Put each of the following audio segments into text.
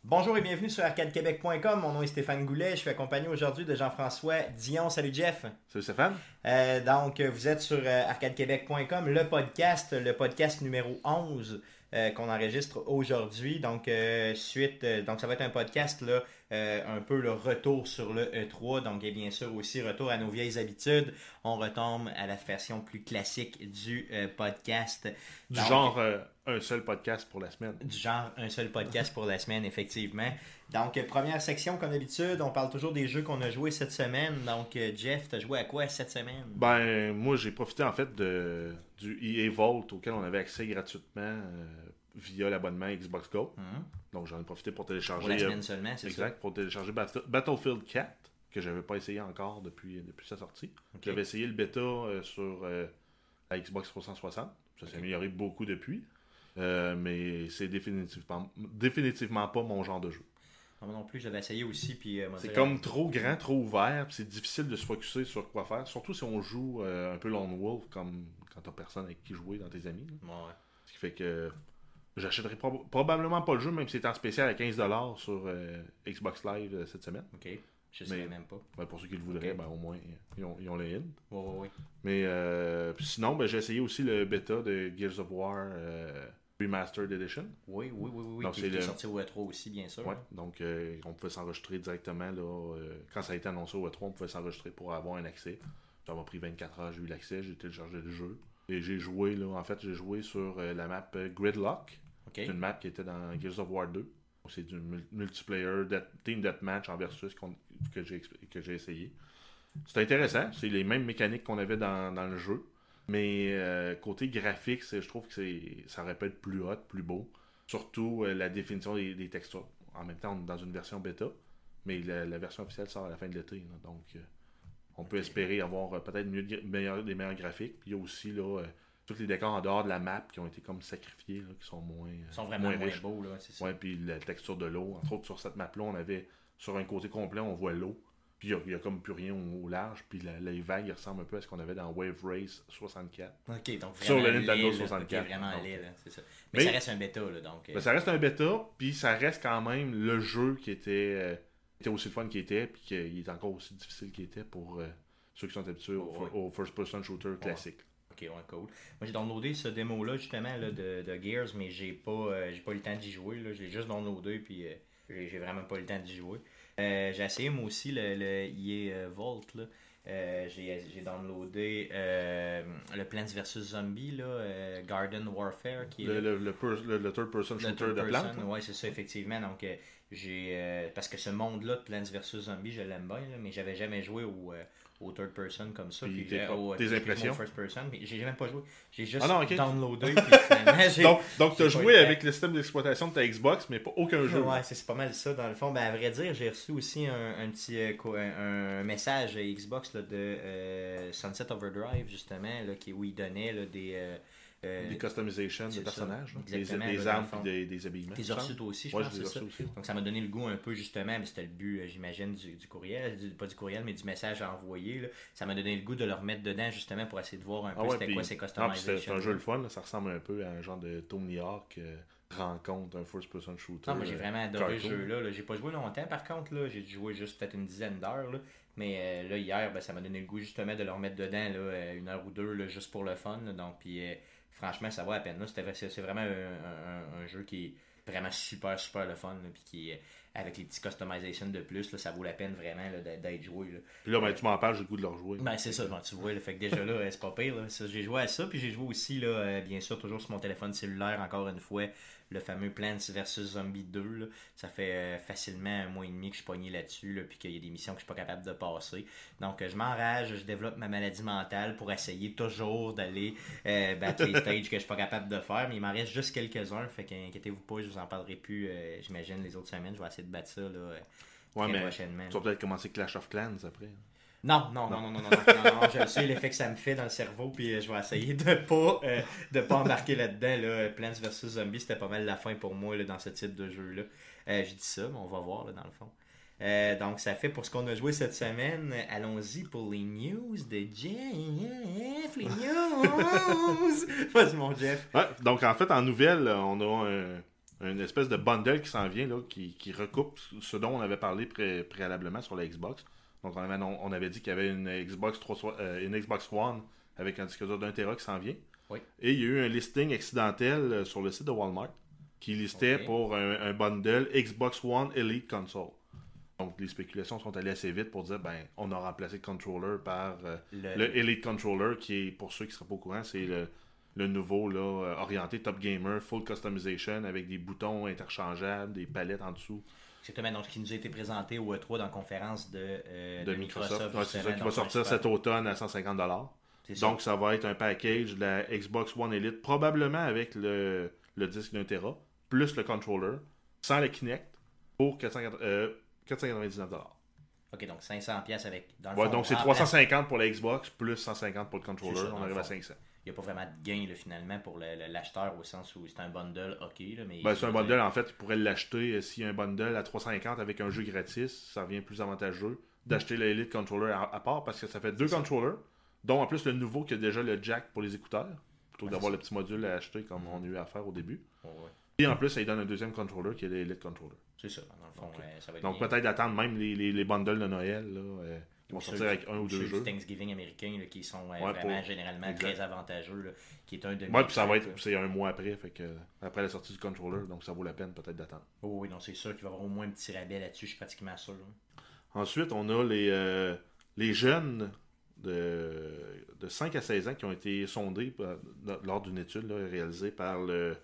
Bonjour et bienvenue sur arcadequebec.com. Mon nom est Stéphane Goulet. Je suis accompagné aujourd'hui de Jean-François Dion. Salut Jeff. Salut Stéphane. Donc, vous êtes sur arcadequebec.com, le podcast numéro 11 qu'on enregistre aujourd'hui. Donc, donc ça va être un podcast là, un peu le retour sur le E3. Donc, et bien sûr aussi retour à nos vieilles habitudes. On retombe à la version plus classique du podcast. Du genre un seul podcast pour la semaine. Du genre un seul podcast pour la semaine, effectivement. Donc, première section, comme d'habitude, on parle toujours des jeux qu'on a joués cette semaine. Donc, Jeff, t'as joué à quoi cette semaine? Ben, moi, j'ai profité en fait du EA Vault auquel on avait accès gratuitement via l'abonnement Xbox Go. Donc, j'en ai profité pour télécharger... Pour la semaine seulement, c'est exact, ça? pour télécharger Battlefield 4, que j'avais pas essayé encore depuis sa sortie. Okay. J'avais essayé le bêta sur la Xbox 360. Ça s'est amélioré beaucoup depuis. Mais c'est définitivement pas mon genre de jeu. Moi non plus, j'avais essayé aussi. Puis, c'est comme trop grand, trop ouvert, puis c'est difficile de se focusser sur quoi faire. Surtout si on joue un peu Lone Wolf, comme quand t'as personne avec qui jouer dans tes amis. Ouais. Ce qui fait que j'achèterai probablement pas le jeu, même si c'est en spécial à 15$ sur Xbox Live cette semaine. Ok, je sais même pas. Ben, pour ceux qui le voudraient, ben, au moins, ils ont le hint. Ouais. Mais sinon, ben, j'ai essayé aussi le bêta de Gears of War Remastered Edition. Oui. Donc, qui est sorti au E3 aussi, bien sûr. Ouais, donc on pouvait s'enregistrer directement. Là, quand ça a été annoncé au E3, on pouvait s'enregistrer pour avoir un accès. Ça m'a pris 24 heures, j'ai eu l'accès, j'ai téléchargé le jeu. Et j'ai joué, là, en fait, sur la map Gridlock. Okay. C'est une map qui était dans Gears of War 2. C'est du multiplayer, team deathmatch en versus que j'ai essayé. C'est intéressant, c'est les mêmes mécaniques qu'on avait dans le jeu. Mais côté graphique, je trouve que ça aurait pu être plus hot, plus beau. Surtout la définition des textures. En même temps, on est dans une version bêta, mais la version officielle sort à la fin de l'été. Là, donc, on peut espérer avoir peut-être des meilleurs graphiques. Puis il y a aussi là, tous les décors en dehors de la map qui ont été comme sacrifiés, là, qui sont vraiment moins beaux. Là, c'est ça. Ouais, puis la texture de l'eau. Entre autres, sur cette map-là, on avait sur un côté complet, on voit l'eau. Puis il n'y a comme plus rien au large. Puis les vagues ressemblent un peu à ce qu'on avait dans Wave Race 64. Ok, donc sur le Nintendo 64. Okay, vraiment laid, là, c'est ça. Mais ça reste un bêta, là, donc... ça reste un bêta, puis ça reste quand même le jeu qui était aussi le fun qu'il était, puis qu'il est encore aussi difficile qu'il était pour ceux qui sont habitués au first-person shooter classique. Ok, ouais, cool. Moi, j'ai downloadé ce démo-là, justement, là, de Gears, mais j'ai pas eu le temps d'y jouer, là. J'ai juste downloadé, puis j'ai vraiment pas eu le temps d'y jouer. J'ai essayé moi aussi le EA Vault là. J'ai downloadé le Plants vs Zombies là, Garden Warfare qui est le third person shooter de Plants. Oui, c'est ça effectivement. Donc parce que ce monde là de Plants vs Zombies, je l'aime bien là, mais j'avais jamais joué au third person comme ça. Puis tes impressions? First person, mais j'ai même pas joué. J'ai juste downloadé. Donc tu as joué avec le système d'exploitation de ta Xbox, mais pas aucun jeu. Ouais, c'est pas mal ça dans le fond. Ben, à vrai dire, j'ai reçu aussi un petit un message Xbox là, de Sunset Overdrive, justement, là, où il donnait là, des customisations de personnages, des armes et des habillements. Tu les as reçus toi aussi, je pense. C'est ça. Aussi. Donc ça m'a donné le goût un peu justement, mais c'était le but, j'imagine, du courriel, pas du courriel, mais du message à envoyer. Là. Ça m'a donné le goût de le remettre dedans justement pour essayer de voir un peu c'était quoi ces customisations. C'est un jeu le fun, là, ça ressemble un peu à un genre de Tony Hawk rencontre un first-person shooter. Non, moi j'ai vraiment adoré ce jeu-là. J'ai pas joué longtemps par contre, là. J'ai joué juste peut-être une dizaine d'heures. Là. Mais là, hier, ça m'a donné le goût justement de le remettre dedans là, 1 heure ou 2 là, juste pour le fun. Là. Donc, puis franchement, ça vaut la peine. Là. C'est vraiment un jeu qui est vraiment super le fun. Là, puis qui avec les petits customizations de plus, là, ça vaut la peine vraiment là, d'être joué. Là. Puis là, tu m'en parles, j'ai le goût de le rejouer. Ben, c'est ça, tu vois. Là, fait que déjà là, c'est pas pire. Là. J'ai joué à ça. Puis j'ai joué aussi, là, bien sûr, toujours sur mon téléphone cellulaire, encore une fois, le fameux Plants vs Zombies 2. Là. Ça fait facilement 1 mois et demi que je suis pogné là-dessus, là, puis qu'il y a des missions que je suis pas capable de passer. Donc je m'enrage, je développe ma maladie mentale pour essayer toujours d'aller battre les stages que je suis pas capable de faire, mais il m'en reste juste quelques-uns, fait qu'inquiétez-vous pas, je vous en parlerai plus, j'imagine, les autres semaines. Je vais essayer de battre ça là, très prochainement. Tu vas peut-être commencer Clash of Clans après. Non, je sais l'effet que ça me fait dans le cerveau, puis je vais essayer de pas embarquer là-dedans. Là. Plants vs Zombies, c'était pas mal la fin pour moi là, dans ce type de jeu-là. Je dis ça, mais on va voir là, dans le fond. Donc, ça fait pour ce qu'on a joué cette semaine. Allons-y pour les news de Jeff. Les news! Vas-y, mon Jeff. Ouais, donc, en fait, en nouvelle, on a une espèce de bundle qui s'en vient, là, qui recoupe ce dont on avait parlé préalablement sur la Xbox. Donc, on avait dit qu'il y avait une Xbox One avec un disque dur d'1 Tera qui s'en vient. Oui. Et il y a eu un listing accidentel sur le site de Walmart qui listait pour un bundle Xbox One Elite Console. Donc, les spéculations sont allées assez vite pour dire, on a remplacé le controller par le Elite Controller, qui est, pour ceux qui ne seraient pas au courant, c'est le nouveau là, orienté Top Gamer, full customization, avec des boutons interchangeables, des palettes en dessous. Exactement, donc ce qui nous a été présenté au E3 dans la conférence de Microsoft. Ouais, c'est ça qui va sortir cet automne à 150$. Donc, ça va être un package de la Xbox One Elite, probablement avec le disque d'1 Tera, plus le controller, sans le Kinect, pour 499$. Ok, donc 500$ avec... Dans le ouais, fond, donc c'est 350$ pour la Xbox, plus 150$ pour le controller, ça, on arrive à 500$. Il n'y a pas vraiment de gain là, finalement pour l'acheteur au sens où c'est un bundle, ok. Là, mais c'est un bundle, en fait, il pourrait l'acheter s'il y a un bundle à 350$ avec un jeu gratis, ça revient plus avantageux d'acheter le Elite Controller à part parce que ça fait deux controllers, dont en plus le nouveau qui a déjà le jack pour les écouteurs, plutôt que d'avoir le petit module à acheter comme on a eu à faire au début. Ouais. Et en plus, ça lui donne un deuxième controller qui est l'Elite Controller. C'est ça, dans le fond, ça va être donc peut-être d'attendre même les bundles de Noël là, qui vont sortir avec un ou deux jeux. Thanksgiving américains là, qui sont vraiment généralement très avantageux, là, qui est un de puis ça va être c'est un mois après, fait que après la sortie du controller, donc ça vaut la peine peut-être d'attendre. Oh oui, non, c'est sûr qu'il va y avoir au moins un petit rabais là-dessus, je suis pratiquement sûr. Là. Ensuite, on a les jeunes de 5 à 16 ans qui ont été sondés lors d'une étude là, réalisée par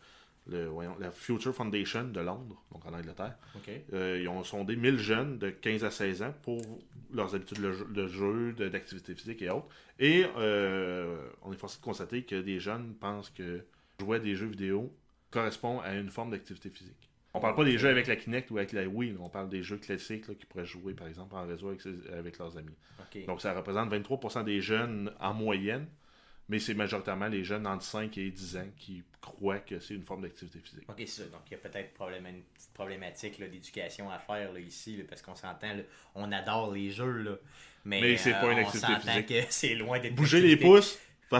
la Future Foundation de Londres, donc en Angleterre. Okay. Ils ont sondé 1000 jeunes de 15 à 16 ans pour leurs habitudes de jeu, d'activité physique et autres. Et on est forcé de constater que des jeunes pensent que jouer à des jeux vidéo correspond à une forme d'activité physique. On parle pas des jeux avec la Kinect ou avec la Wii, là. On parle des jeux classiques là, qui pourraient jouer par exemple en réseau avec leurs amis. Okay. Donc ça représente 23% des jeunes en moyenne. Mais c'est majoritairement les jeunes entre 5 et 10 ans qui croient que c'est une forme d'activité physique. Ok, c'est ça. Donc, il y a peut-être une petite problématique là, d'éducation à faire là, ici, là, parce qu'on s'entend, là, on adore les jeux, là, mais c'est pas une activité on s'entend physique. Que c'est loin d'être bouger les pouces,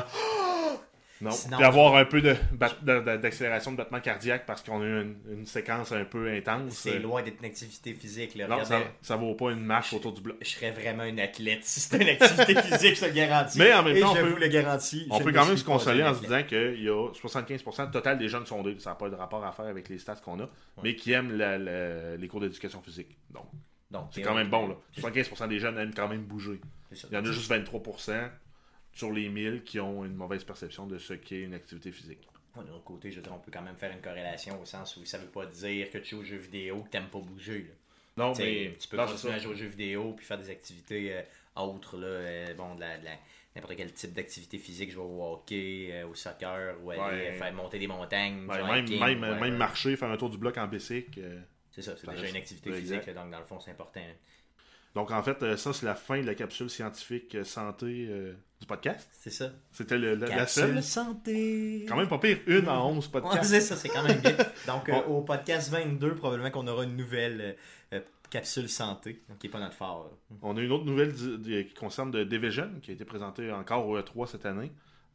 non. Sinon, puis avoir un peu d'accélération de battement cardiaque parce qu'on a eu une séquence un peu intense. C'est loin d'être une activité physique. Là. Non, ça vaut pas une marche autour du bloc. Je serais vraiment une athlète si c'était une activité physique, je te le garantis. Mais en même temps, je vous le garantis. On peut quand même se consoler en se disant qu'il y a 75% total des jeunes sondés, ça n'a pas de rapport à faire avec les stats qu'on a, mais qui aiment les cours d'éducation physique. Donc c'est quand même bon. Là. 75% des jeunes aiment quand même bouger. Il y en a juste 23% sur les 1000 qui ont une mauvaise perception de ce qu'est une activité physique. De l'autre côté, je veux dire, on peut quand même faire une corrélation au sens où ça veut pas dire que tu joues aux jeux vidéo que tu n'aimes pas bouger. Là. Non, mais tu peux continuer à jouer aux jeux vidéo puis faire des activités autres, là, n'importe quel type d'activité physique, jouer au hockey, au soccer, ou aller faire monter des montagnes. Même marcher, faire un tour du bloc en bicycle. C'est ça, c'est déjà une activité physique, là, donc dans le fond, c'est important. Hein. Donc, en fait, ça, c'est la fin de la capsule scientifique santé du podcast. C'est ça. C'était la seule. Capsule santé. Quand même pas pire, 1 en 11 podcasts. Ouais, c'est ça, c'est quand même bien. Donc, au podcast 22, probablement qu'on aura une nouvelle capsule santé, donc qui n'est pas notre fort. Là. On a une autre nouvelle qui concerne de Division, qui a été présentée encore au E3 cette année.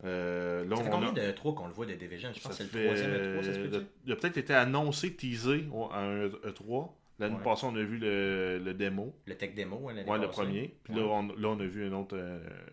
Là, ça fait combien de E3 qu'on le voit de Division? Je pense que c'est le troisième E3, ça se peut dire? Il a peut-être été annoncé, teasé à un E3. L'année passée, on a vu le démo. Le tech démo, l'année passée. Le premier. Puis là, on a vu un autre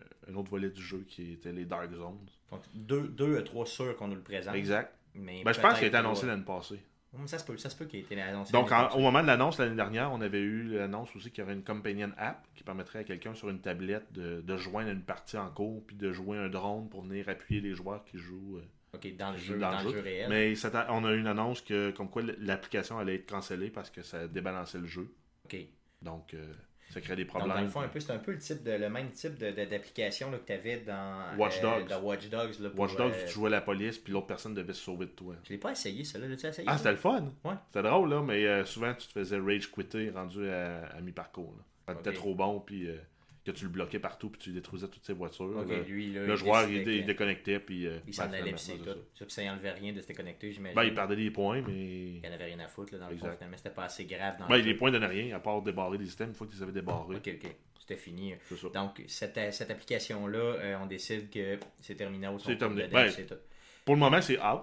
volet du jeu qui était les Dark Zones. Donc, deux E3 sûrs qu'on nous le présente. Exact. Mais je pense qu'il a été annoncé l'année passée. Ça se peut qu'il ait été annoncé. Donc, au moment de l'annonce l'année dernière, on avait eu l'annonce aussi qu'il y aurait une companion app qui permettrait à quelqu'un sur une tablette de joindre une partie en cours puis de jouer un drone pour venir appuyer les joueurs qui jouent dans le jeu réel. Mais on a eu une annonce comme quoi l'application allait être cancellée parce que ça débalançait le jeu. OK. Donc, ça crée des problèmes. Donc, dans le fond, c'est un peu le même type d'application là, que tu avais dans Watch Dogs. Dans Watch Dogs. Là, Watch Dogs, tu jouais la police, puis l'autre personne devait se sauver de toi. Je l'ai pas essayé, ça. L'as-tu essayé? C'était le fun. Ouais. C'était drôle, là, mais souvent, tu te faisais rage quitter rendu à mi-parcours. Quand t'étais trop bon, puis que tu le bloquais partout, puis tu détruisais toutes ses voitures. Le joueur, il déconnectait, puis... il s'en allait, puis c'est tout. Puis ça n'enlevait rien de se déconnecter, j'imagine. Il perdait des points, mais... Il n'y en avait rien à foutre, là, dans le fond, finalement. C'était pas assez grave. Les points donnaient rien, à part débarrer des systèmes, une fois qu'ils avaient débarré. OK. C'était fini. Donc, cette application-là, on décide que c'est terminé au c'est terminé. Pour le moment, c'est out.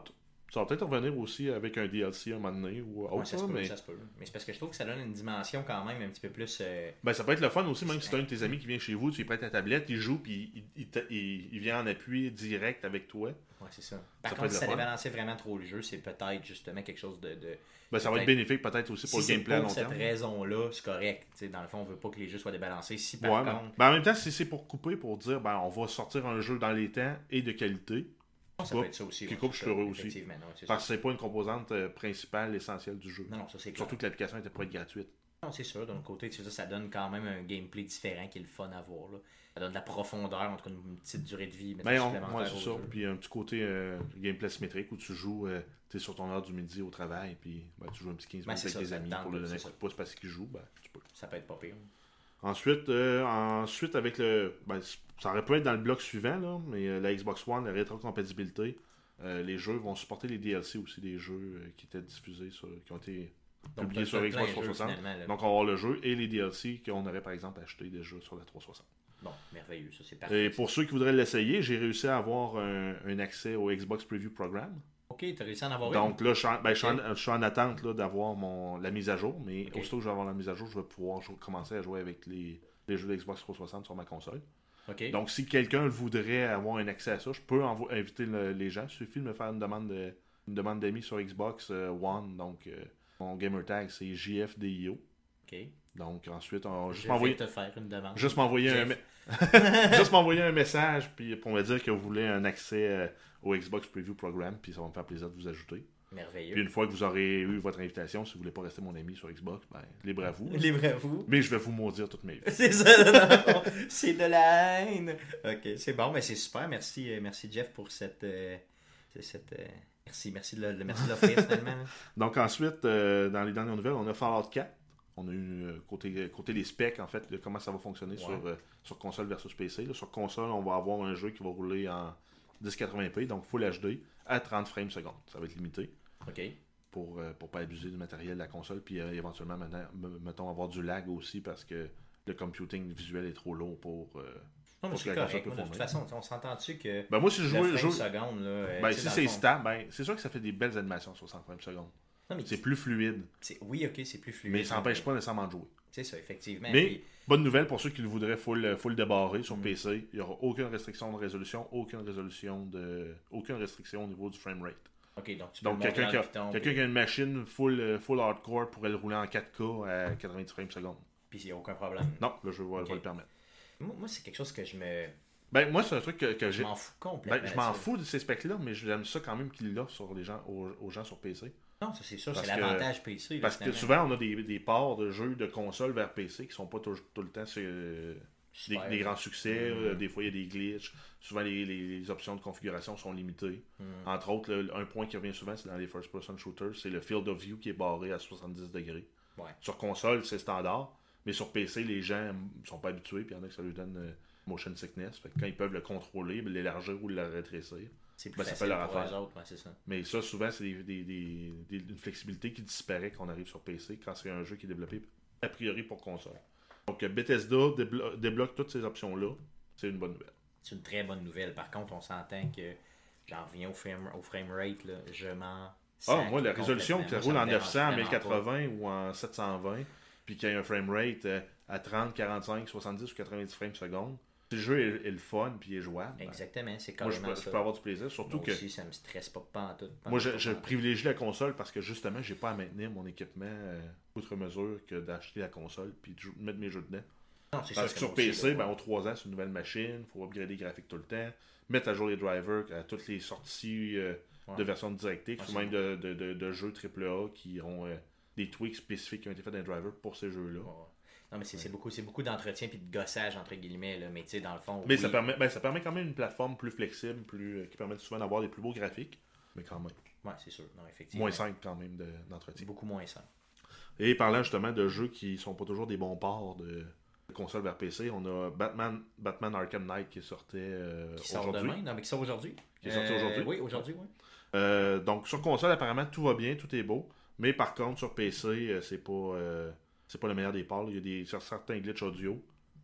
Ça va peut-être revenir aussi avec un DLC à un moment donné ou autre, ça se peut, mais... ça se peut. Mais c'est parce que je trouve que ça donne une dimension quand même un petit peu plus... Ben, ça peut être le fun aussi, même si tu as un de tes amis qui vient chez vous, tu lui prêtes ta tablette, il joue, puis il vient en appui direct avec toi. Ouais, c'est ça. Par contre, si ça débalançait vraiment trop le jeu, c'est peut-être justement quelque chose de... Ben, ça va être bénéfique peut-être aussi pour le gameplay à long terme. Pour cette raison-là, c'est correct. T'sais, dans le fond, on veut pas que les jeux soient débalancés. Si par contre... Ben, en même temps, si c'est pour couper, pour dire, ben, on va sortir un jeu dans les temps et de qualité... Ça peut être ça aussi. Qui coupe, je suis heureux aussi. Parce que c'est pas une composante principale, essentielle du jeu. Non, ça c'est clair. Surtout que l'application était pas être gratuite. Non, c'est sûr. D'un côté, ça donne quand même un gameplay différent qui est le fun à voir. Là. Ça donne de la profondeur, en tout cas une petite durée de vie. Mais c'est ça. Puis un petit côté gameplay symétrique où tu joues sur ton heure du midi au travail, puis tu joues un petit 15 minutes avec tes amis pour lui donner un coup de pouce parce qu'il joue. Tu peux. Ça peut être pas pire. Ensuite, avec le... Ben, ça aurait pu être dans le bloc suivant, là, mais la Xbox One, la rétrocompatibilité, les jeux vont supporter les DLC aussi des jeux qui étaient diffusés, qui ont été publiés sur Xbox 360. Donc on va avoir le jeu et les DLC qu'on aurait par exemple acheté déjà sur la 360. Bon, merveilleux, ça c'est parfait. Et pour ceux qui voudraient l'essayer, j'ai réussi à avoir un accès au Xbox Preview Program. Ok, tu as réussi à en avoir une. Donc là, je suis en attente là, d'avoir la mise à jour, mais aussitôt que je vais avoir la mise à jour, je vais pouvoir commencer à jouer avec les jeux de Xbox 360 sur ma console. Okay. Donc, si quelqu'un voudrait avoir un accès à ça, je peux inviter les gens. Il suffit de me faire une demande d'amis sur Xbox One. Donc, mon gamer tag, c'est JFDIO. OK. Donc, ensuite, te faire une demande. Juste m'envoyer un message puis pour me dire que vous voulez un accès au Xbox Preview Program, puis ça va me faire plaisir de vous ajouter. Merveilleux. Puis une fois que vous aurez eu votre invitation, si vous voulez pas rester mon ami sur Xbox, ben, libre à vous. Libre à vous. Mais je vais vous maudire toute mes vies. C'est ça, c'est de la haine. Ok, c'est bon, mais c'est super. Merci Jeff pour cette merci de l'offrir finalement. Donc ensuite, dans les dernières nouvelles, on a Fallout 4. On a eu côté les specs, en fait, de comment ça va fonctionner sur console versus PC. Là, sur console, on va avoir un jeu qui va rouler en 1080p, donc Full HD, à 30 frames secondes. Ça va être limité. OK. Pour pas abuser du matériel de la console, puis éventuellement, mettons, avoir du lag aussi, parce que le computing visuel est trop lourd pour... non, mais c'est correct. De toute façon, on s'entend-tu que moi, si je joue... secondes, si c'est stable, c'est sûr que ça fait des belles animations sur 100 frames secondes. Non, c'est plus fluide. Oui, ok, c'est plus fluide. Mais ça n'empêche pas nécessairement de jouer. C'est ça, effectivement. Mais, bonne nouvelle pour ceux qui le voudraient full débarré sur PC, il n'y aura aucune restriction de résolution, aucune restriction au niveau du framerate. Ok, donc quelqu'un qui a une machine full hardcore pourrait le rouler en 4K à 90 frames secondes. Puis il n'y a aucun problème. Non, le jeu va le permettre. Moi, c'est quelque chose que je me... moi, c'est un truc que je m'en fous complètement. Je m'en fous de ces specs-là, mais j'aime ça quand même qu'il l'offre aux gens sur PC. Non, ça c'est sûr, c'est l'avantage PC. Parce que souvent, on a des ports de jeux de console vers PC qui sont pas tout le temps des grands succès. Des fois, il y a des glitches. Souvent, les options de configuration sont limitées. Entre autres, un point qui revient souvent, c'est dans les first-person shooters, c'est le field of view qui est barré à 70 degrés. Ouais. Sur console, c'est standard. Mais sur PC, les gens ne sont pas habitués. Puis il y en a que ça lui donne motion sickness. Fait que quand ils peuvent le contrôler, l'élargir ou le rétrécir, c'est plus facile pour eux autres, c'est ça. Mais ça, souvent, c'est une flexibilité qui disparaît quand on arrive sur PC, quand c'est un jeu qui est développé a priori pour console. Donc Bethesda débloque toutes ces options-là. C'est une bonne nouvelle. C'est une très bonne nouvelle. Par contre, on s'entend que j'en reviens au framerate, là, je m'en... moi, la résolution qui roule en 900, 1080 ou en 720, puis qu'il y a un framerate à 30, 45, 70 ou 90 frames secondes, si le jeu est le fun puis il est jouable. Exactement, c'est carrément moi, je peux avoir du plaisir, surtout moi aussi, ça me stresse pas en tout. Moi, je privilégie la console parce que justement, j'ai pas à maintenir mon équipement outre mesure que d'acheter la console puis de mettre mes jeux dedans. Non, parce que sur PC, aux 3 ans, c'est une nouvelle machine, il faut upgrader les graphiques tout le temps, mettre à jour les drivers à toutes les sorties de versions de DirectX ou même de jeux AAA qui ont des tweaks spécifiques qui ont été faits dans les drivers pour ces jeux-là. Non, mais c'est beaucoup d'entretien puis de gossage, entre guillemets, là. Mais tu sais, dans le fond. Mais ça permet quand même une plateforme plus flexible, qui permet souvent d'avoir des plus beaux graphiques. Mais quand même. Ouais, c'est sûr. Non, effectivement. Moins simple quand même d'entretien. Beaucoup moins simple. Et parlant justement de jeux qui sont pas toujours des bons ports de console vers PC, on a Batman Arkham Knight qui sortait aujourd'hui. Qui sort demain? Non, mais qui sort aujourd'hui. Qui est sorti aujourd'hui? Oui, aujourd'hui, oui. Donc sur console, apparemment, tout va bien, tout est beau. Mais par contre, sur PC, c'est pas le meilleur des ports. Il y a certains glitches audio.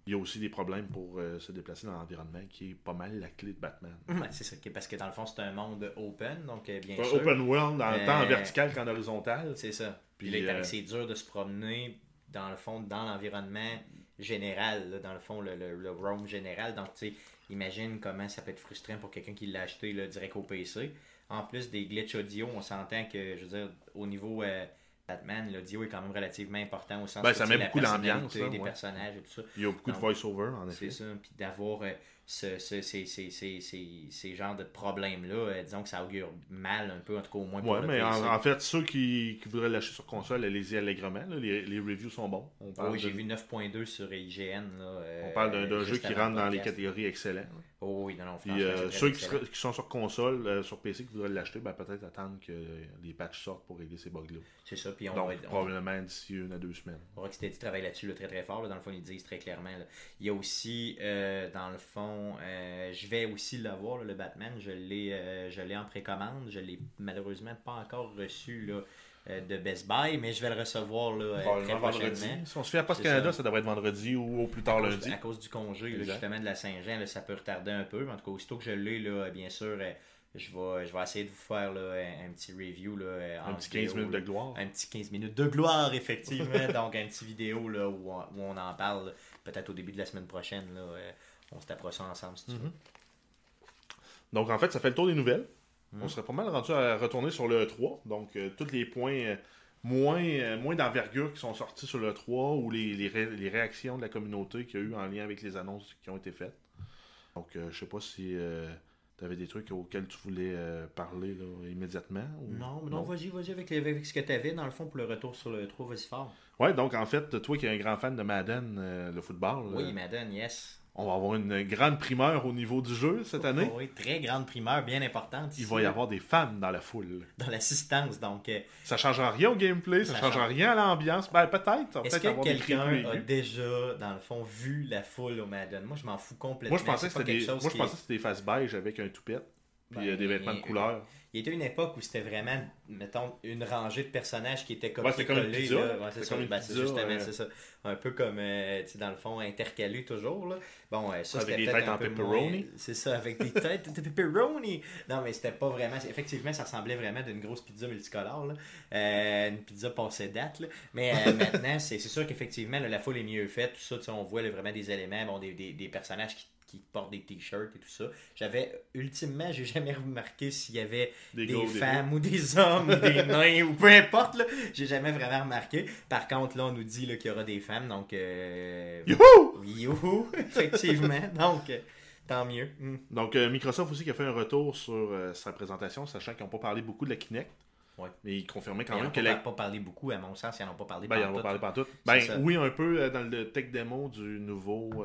Il y a aussi des problèmes pour se déplacer dans l'environnement, qui est pas mal la clé de Batman. Ouais, c'est ça, parce que dans le fond, c'est un monde open, donc bien sûr. Open world, tant en vertical qu'en horizontal. C'est ça. Puis là, c'est dur de se promener, dans le fond, dans l'environnement général, là, dans le fond, le roam général. Donc, tu sais, imagine comment ça peut être frustrant pour quelqu'un qui l'a acheté là, direct au PC. En plus des glitches audio, on s'entend que, je veux dire, au niveau Batman, l'audio est quand même relativement important au sens ça met beaucoup d'ambiance des personnages et tout ça. Il y a beaucoup de voice-over, en effet. C'est ça, puis d'avoir ces genres de problèmes-là, disons que ça augure mal un peu, en tout cas au moins pour le mais PC. en fait, ceux qui voudraient l'acheter sur console, allez-y allègrement. Là. Les reviews sont bons. J'ai vu 9.2 sur IGN. Là, on parle d'un jeu qui rentre dans les catégories excellents. Oui, non, puis ceux qui sont sur console, sur PC, qui voudraient l'acheter, peut-être attendre que les patchs sortent pour régler ces bugs-là. C'est ça. Puis probablement d'ici 1 à 2 semaines. Rocksteady travaille là-dessus là, très très fort. Là, dans le fond, ils disent très clairement. Là. Il y a aussi, dans le fond, je vais aussi l'avoir, là, le Batman. Je l'ai en précommande. Je l'ai malheureusement pas encore reçu là, de Best Buy, mais je vais le recevoir là, très prochainement. Si on se fait à Post Canada, ça devrait être vendredi ou au plus tard lundi. À cause du congé, là, justement, de la Saint-Jean, là, ça peut retarder un peu. En tout cas, aussitôt que je l'ai, là, bien sûr, je vais essayer de vous faire là, un petit review. Là, un petit 15 minutes de gloire. Un petit 15 minutes de gloire, effectivement. Donc, un petit vidéo là, où on en parle peut-être au début de la semaine prochaine. Là, on se tapera ça ensemble, si tu veux. Donc, en fait, ça fait le tour des nouvelles. On serait pas mal rendu à retourner sur le E3. Donc, tous les points moins d'envergure qui sont sortis sur le E3 ou les réactions de la communauté qu'il y a eu en lien avec les annonces qui ont été faites. Donc, je sais pas si tu avais des trucs auxquels tu voulais parler là, immédiatement. Ou... Non, vas-y avec ce que tu avais dans le fond pour le retour sur le E3, vas-y fort. Ouais, donc en fait, toi qui es un grand fan de Madden, le football. Oui, Madden, yes. On va avoir une grande primeur au niveau du jeu cette année. Oui, très grande primeur, bien importante. Il va y avoir des femmes dans la foule. Dans l'assistance, donc... Ça ne changera rien au gameplay, ça ne changera rien à l'ambiance. Peut-être. Est-ce que quelqu'un a déjà, dans le fond, vu la foule au Madden? Moi, je m'en fous complètement. Moi, je pensais que c'était des faces beige avec un toupette. Puis des vêtements de couleur. Il y était une époque où c'était vraiment, mettons, une rangée de personnages qui étaient copiés-collés. Comme une pizza. C'est justement ça. Un peu comme, dans le fond, intercalé toujours. Là. Bon, ça, avec c'était des têtes en pepperoni. C'est ça, avec des têtes de pepperoni. Non, mais c'était pas vraiment... Effectivement, ça ressemblait vraiment d'une grosse pizza multicolore. Là. Une pizza passée date. Là. Mais maintenant, c'est sûr qu'effectivement, la foule est mieux faite. Tout ça, on voit là, vraiment des éléments, des personnages qui portent des t-shirts et tout ça. Ultimement, j'ai jamais remarqué s'il y avait des femmes ou des hommes ou des nains ou peu importe. Là. J'ai jamais vraiment remarqué. Par contre, là, on nous dit là, qu'il y aura des femmes. Donc, youhou! Youhou! Effectivement. Donc, tant mieux. Donc, Microsoft aussi qui a fait un retour sur sa présentation, sachant qu'ils n'ont pas parlé beaucoup de la Kinect. Ouais. Mais ils confirmaient quand même qu'ils n'ont pas parlé beaucoup, à mon sens. Ils n'en ont pas parlé ils n'en ont pas parlé partout. Oui, un peu dans le tech démo du nouveau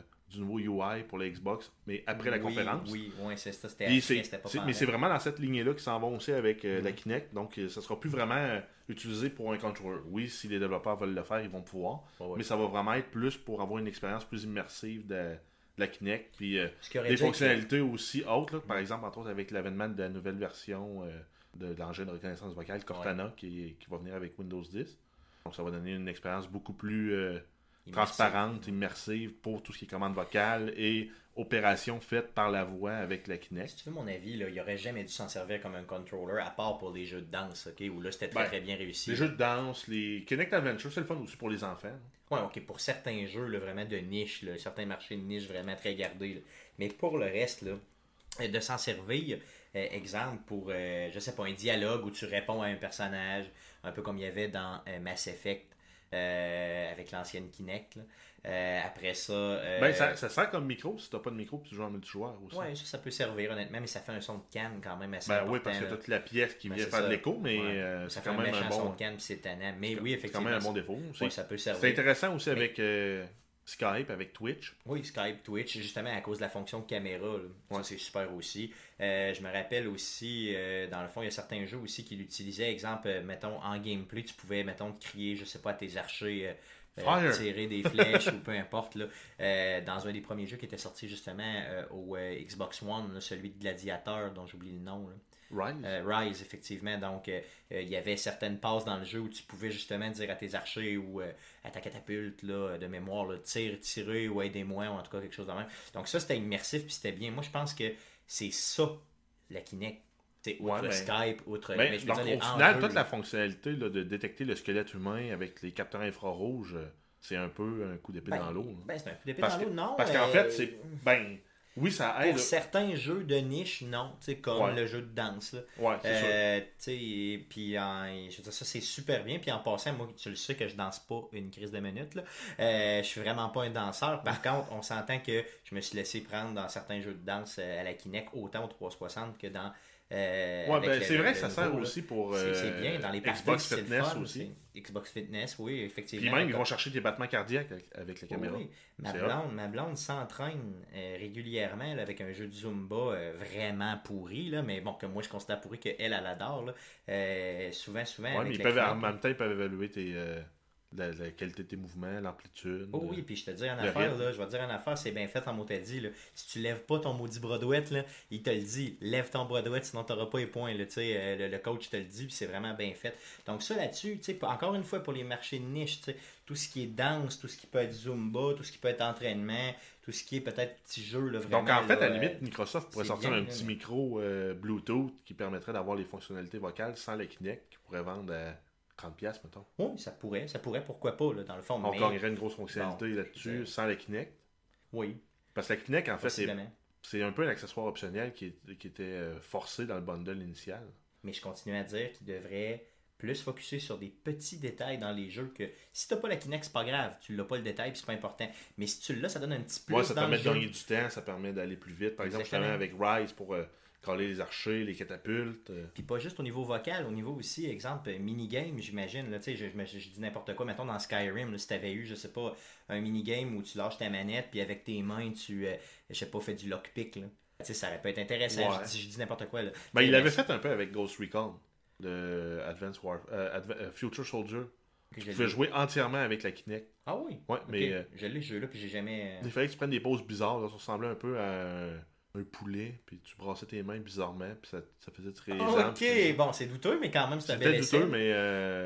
UI pour la Xbox, mais après la conférence. Oui, c'était après, mais c'est vraiment dans cette lignée-là qu'ils s'en vont aussi avec la Kinect, donc ça ne sera plus vraiment utilisé pour un controller. Oui, si les développeurs veulent le faire, ils vont pouvoir, mais ça va vraiment être plus pour avoir une expérience plus immersive de la Kinect, puis des fonctionnalités aussi autres, là, par exemple, entre autres avec l'avènement de la nouvelle version de l'engin de reconnaissance vocale Cortana qui va venir avec Windows 10. Donc ça va donner une expérience beaucoup plus... transparente, immersive pour tout ce qui est commande vocale et opérations faites par la voix avec la Kinect. Si tu veux mon avis, là, il n'aurait jamais dû s'en servir comme un controller, à part pour des jeux de danse, okay, où là c'était très bien réussi. Les jeux de danse, les Kinect Adventure, c'est le fun aussi pour les enfants. Ouais, ok, pour certains jeux là, vraiment de niche, là, certains marchés de niche vraiment très gardés. Là. Mais pour le reste, là, de s'en servir, exemple, pour, je sais pas, un dialogue où tu réponds à un personnage, un peu comme il y avait dans Mass Effect. Avec l'ancienne Kinect. Là. Après ça... ça sert comme micro si t'as pas de micro puis tu joues en multijoueur aussi. Oui, ça peut servir honnêtement, mais ça fait un son de canne quand même assez important. Oui, parce que t'as toute la pièce qui vient faire de l'écho, mais c'est quand même un bon son de canne puis c'est tannant. Mais oui, effectivement. C'est quand même un bon défaut. Oui, ça peut servir. C'est intéressant aussi avec Skype, avec Twitch. Oui, Skype, Twitch, justement à cause de la fonction de caméra. Ça, c'est super aussi. Je me rappelle aussi, dans le fond, il y a certains jeux aussi qui l'utilisaient. Exemple, mettons, en gameplay, tu pouvais, mettons, crier, je sais pas, à tes archers, tirer des flèches ou peu importe. Là, dans un des premiers jeux qui était sorti justement au Xbox One, là, celui de Gladiator, dont j'oublie le nom. Là. Rise. Effectivement. Donc, il y avait certaines passes dans le jeu où tu pouvais justement dire à tes archers ou à ta catapulte là, de mémoire, là, tirer ou aidez-moi, ou en tout cas quelque chose de même. Donc ça, c'était immersif puis c'était bien. Moi, je pense que c'est ça, la Kinect. Outre Skype, outre... Mais donc, au final, toute la fonctionnalité là, de détecter le squelette humain avec les capteurs infrarouges, c'est un peu un coup d'épée dans l'eau. C'est un coup d'épée dans l'eau, non. Parce qu'en fait, c'est... oui, ça aide. Pour certains jeux de niche, non. Comme le jeu de danse. Là. Ouais, c'est sûr. Puis, je veux dire, ça, c'est super bien. Puis en passant, moi, tu le sais que je danse pas une crise de minutes. Là. Je suis vraiment pas un danseur. Par contre, on s'entend que je me suis laissé prendre dans certains jeux de danse à la Kinect, autant au 360 que dans... c'est vrai que ça sert aussi pour c'est bien dans les Xbox Fitness aussi. Xbox Fitness, oui, effectivement. Puis même, ils vont chercher tes battements cardiaques avec la caméra. Oui. Ma blonde s'entraîne régulièrement là, avec un jeu de Zumba vraiment pourri, là, mais bon, que moi je considère pourri qu'elle adore. Là. Souvent. Oui, mais en même temps, ils peuvent évaluer la qualité de tes mouvements, l'amplitude. Oh oui, puis je te dis une affaire, là, je vais te dire une affaire, c'est bien fait en mot t'as dit. Là. Si tu lèves pas ton maudit bras douette, là, il te le dit, lève ton bras douette, sinon tu n'auras pas les points. Là, le coach te le dit, puis c'est vraiment bien fait. Donc ça là-dessus, encore une fois, pour les marchés de niche, tout ce qui est danse, tout ce qui peut être Zumba, tout ce qui peut être entraînement, tout ce qui est peut-être petit jeu. Là, vraiment, donc en fait, là, à la limite, Microsoft pourrait sortir un petit mais... micro Bluetooth qui permettrait d'avoir les fonctionnalités vocales sans la Kinect, qui pourrait vendre à 30$, mettons. Oui, ça pourrait, pourquoi pas, là, dans le fond. On gagnerait une grosse fonctionnalité là-dessus sans la Kinect. Oui. Parce que la Kinect, en fait, c'est un peu un accessoire optionnel qui était forcé dans le bundle initial. Mais je continue à dire qu'il devrait plus focuser sur des petits détails dans les jeux que si t'as pas la Kinect, c'est pas grave, tu l'as pas le détail puis c'est pas important. Mais si tu l'as, ça donne un petit plus ça dans permet le de jeu. gagner du temps, ça permet d'aller plus vite. Par exemple, justement avec Rise pour caler les archers, les catapultes. Puis pas juste au niveau vocal, au niveau aussi, exemple, minigame, j'imagine. Là, je dis n'importe quoi. Mettons dans Skyrim, là, si t'avais eu, je sais pas, un minigame où tu lâches ta manette, puis avec tes mains, tu, je sais pas, fais du lockpick. Là. Ça aurait pu être intéressant. Ouais. Je dis n'importe quoi. Là. Il l'avait fait un peu avec Ghost Recon de Future Soldier. Tu pouvais jouer entièrement avec la Kinect. Ah oui? Ouais, mais je l'ai ce jeu-là, puis j'ai jamais... Il fallait que tu prennes des poses bizarres. Là, ça ressemblait un peu à un poulet, puis tu brassais tes mains bizarrement, puis ça faisait tirer les armes. Ok, bon, c'est douteux, mais quand même, c'est un bel essai. C'était douteux, mais...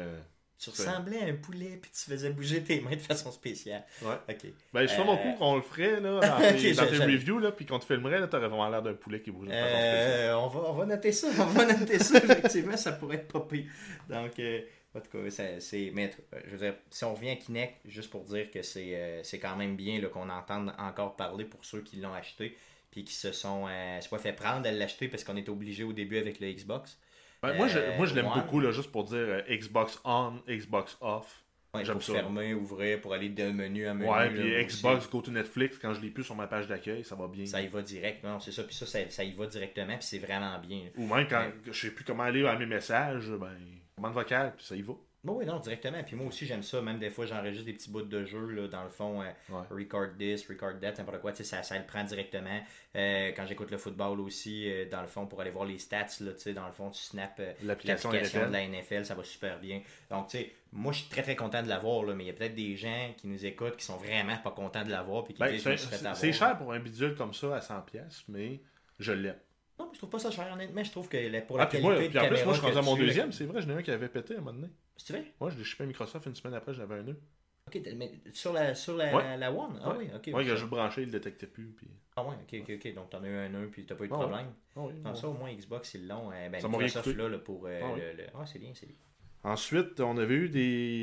Tu ressemblais à un poulet, puis tu faisais bouger tes mains de façon spéciale. Ouais. Ok. Ben, je fais mon coup qu'on le ferait, là, dans tes reviews, là, puis qu'on te filmerait, là, t'aurais vraiment l'air d'un poulet qui bouge de façon spéciale. On va noter ça, effectivement, ça pourrait être pas pire. Donc... en tout cas, mais je veux dire, si on revient à Kinect, juste pour dire que c'est quand même bien là, qu'on entende encore parler pour ceux qui l'ont acheté puis qui se sont soit fait prendre à l'acheter parce qu'on était obligé au début avec le Xbox. Moi, je l'aime beaucoup, là, juste pour dire Xbox on, Xbox off. Ouais, pour fermer, ouvrir, pour aller d'un menu à menu. Ouais, puis Xbox, go to Netflix, quand je l'ai plus sur ma page d'accueil, ça va bien. Ça y va direct, non, c'est ça. Puis ça y va directement, puis c'est vraiment bien. Ou même quand je sais plus comment aller à mes messages, commande vocale, puis ça y va. Bon, oui, non, directement. Puis moi aussi, j'aime ça. Même des fois, j'enregistre des petits bouts de jeu, là, dans le fond, record this, record that, n'importe quoi. Ça le prend directement. Quand j'écoute le football aussi, dans le fond, pour aller voir les stats, là, dans le fond, tu snaps l'application de la NFL, ça va super bien. Donc, tu sais, moi, je suis très, très content de l'avoir, là, mais il y a peut-être des gens qui nous écoutent qui sont vraiment pas contents de l'avoir. Puis qui disent, c'est cher pour un bidule comme ça à 100$, mais je l'aime. Non, je trouve pas ça cher, honnêtement. Je trouve que pour la qualité de caméra... Puis en plus, moi, je suis rendu à mon deuxième. C'est vrai, j'en ai un qui avait pété à un moment donné. C'est vrai? Moi, je l'ai shippé à Microsoft une semaine après, j'avais un nœud. Ok, mais sur la One? Ah oui, ok. Oui, quand je le branchais, il le détectait plus. Puis... Ah ouais, ok. Donc, t'en as eu un nœud, puis t'as pas eu de problème. Dans ça, au moins, Xbox, ils l'ont. Ça Microsoft, là, pour c'est bien, c'est bien. Ensuite, on avait eu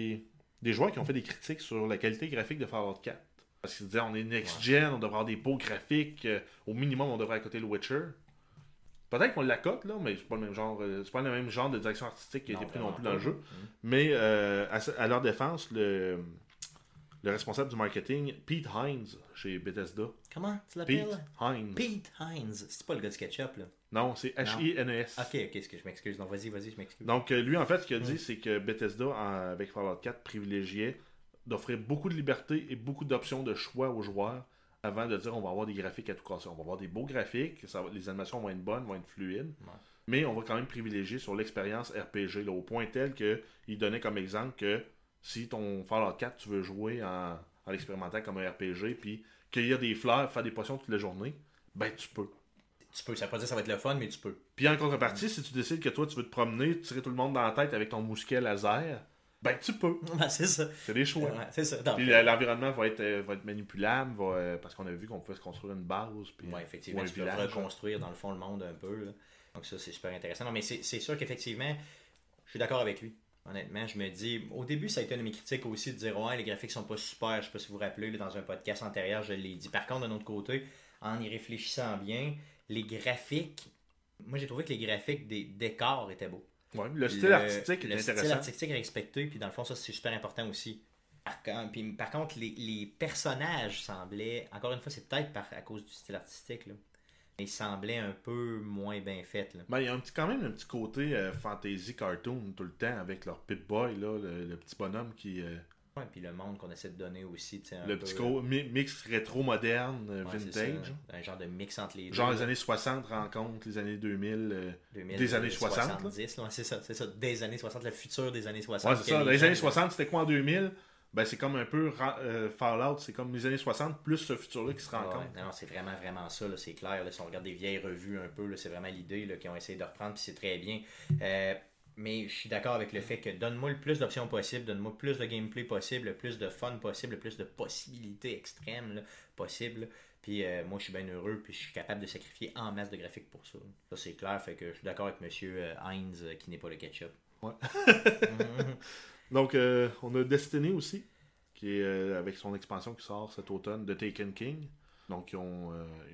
des joueurs qui ont fait des critiques sur la qualité graphique de Fallout 4. Parce qu'ils disaient, on est next-gen, on devrait avoir des beaux graphiques. Au minimum, on devrait accoter le Witcher. Peut-être qu'on l'accote, là, mais c'est pas le même genre. C'est pas le même genre de direction artistique qui a été pris non plus dans le jeu. Mais à leur défense, le responsable du marketing, Pete Hines, chez Bethesda. Comment tu l'appelles? Pete Hines. C'est pas le gars du ketchup, là. Non, c'est H-I-N-E-S. Ok, je m'excuse. Donc, vas-y, je m'excuse. Donc, lui, en fait, ce qu'il a dit, c'est que Bethesda, avec Fallout 4, privilégiait d'offrir beaucoup de liberté et beaucoup d'options de choix aux joueurs avant de dire on va avoir des graphiques à tout casser. On va avoir des beaux graphiques, les animations vont être bonnes, vont être fluides, mais on va quand même privilégier sur l'expérience RPG, là, au point tel qu'il donnait comme exemple que si ton Fallout 4, tu veux jouer en l'expérimentant comme un RPG, puis cueillir des fleurs, faire des potions toute la journée, ben tu peux. tu peux. Ça veut pas dire que ça va être le fun, mais tu peux. Puis en contrepartie, si tu décides que toi, tu veux te promener, tirer tout le monde dans la tête avec ton mousquet laser, ben tu peux. Ben, c'est ça. C'est des choix. Ouais, c'est ça. Donc, Puis l'environnement va être manipulable, parce qu'on a vu qu'on pouvait se construire une base. Puis, ouais, effectivement, ou un tu peux village. reconstruire dans le fond le monde un peu. Là. Donc ça, c'est super intéressant. Non, mais c'est sûr qu'effectivement, je suis d'accord avec lui. Honnêtement, je me dis, au début, ça a été une de mes critiques aussi de dire ouais, les graphiques sont pas super. Je sais pas si vous vous rappelez, là, dans un podcast antérieur, je l'ai dit. Par contre, d'un autre côté, en y réfléchissant bien, les graphiques, moi j'ai trouvé que les graphiques des décors étaient beaux. Ouais, le style artistique est intéressant. Le style artistique est respecté, puis dans le fond, ça c'est super important aussi. Par contre, les personnages semblaient, encore une fois, c'est peut-être à cause du style artistique, là, ils semblaient un peu moins bien faits. Là. Ben, il y a quand même un petit côté fantasy cartoon tout le temps avec leur Pip-Boy, là, le petit bonhomme qui. Ouais, puis le monde qu'on essaie de donner aussi. Le petit mix rétro-moderne, vintage. Un genre de mix entre les deux. Genre les années 60 rencontre les années 2000, des années 60. 70, là, c'est ça, des années 60, le futur des années 60. Ouais, c'est ça. Les années 60, c'était quoi en 2000 ben, c'est comme un peu Fallout, c'est comme les années 60 plus ce futur-là qui se rencontre. Ouais, non, c'est vraiment ça, là, c'est clair. Là, si on regarde des vieilles revues un peu, là, c'est vraiment l'idée là, qu'ils ont essayé de reprendre, puis c'est très bien. Mais je suis d'accord avec le fait que donne-moi le plus d'options possibles, donne-moi plus de gameplay possible, le plus de fun possible, le plus de possibilités extrêmes là, possibles. Puis moi, je suis bien heureux, puis je suis capable de sacrifier en masse de graphiques pour ça. Ça, c'est clair, fait que je suis d'accord avec monsieur Heinz qui n'est pas le ketchup. Ouais. Donc, on a Destiny aussi, qui est avec son expansion qui sort cet automne de Taken King. Donc, ils ont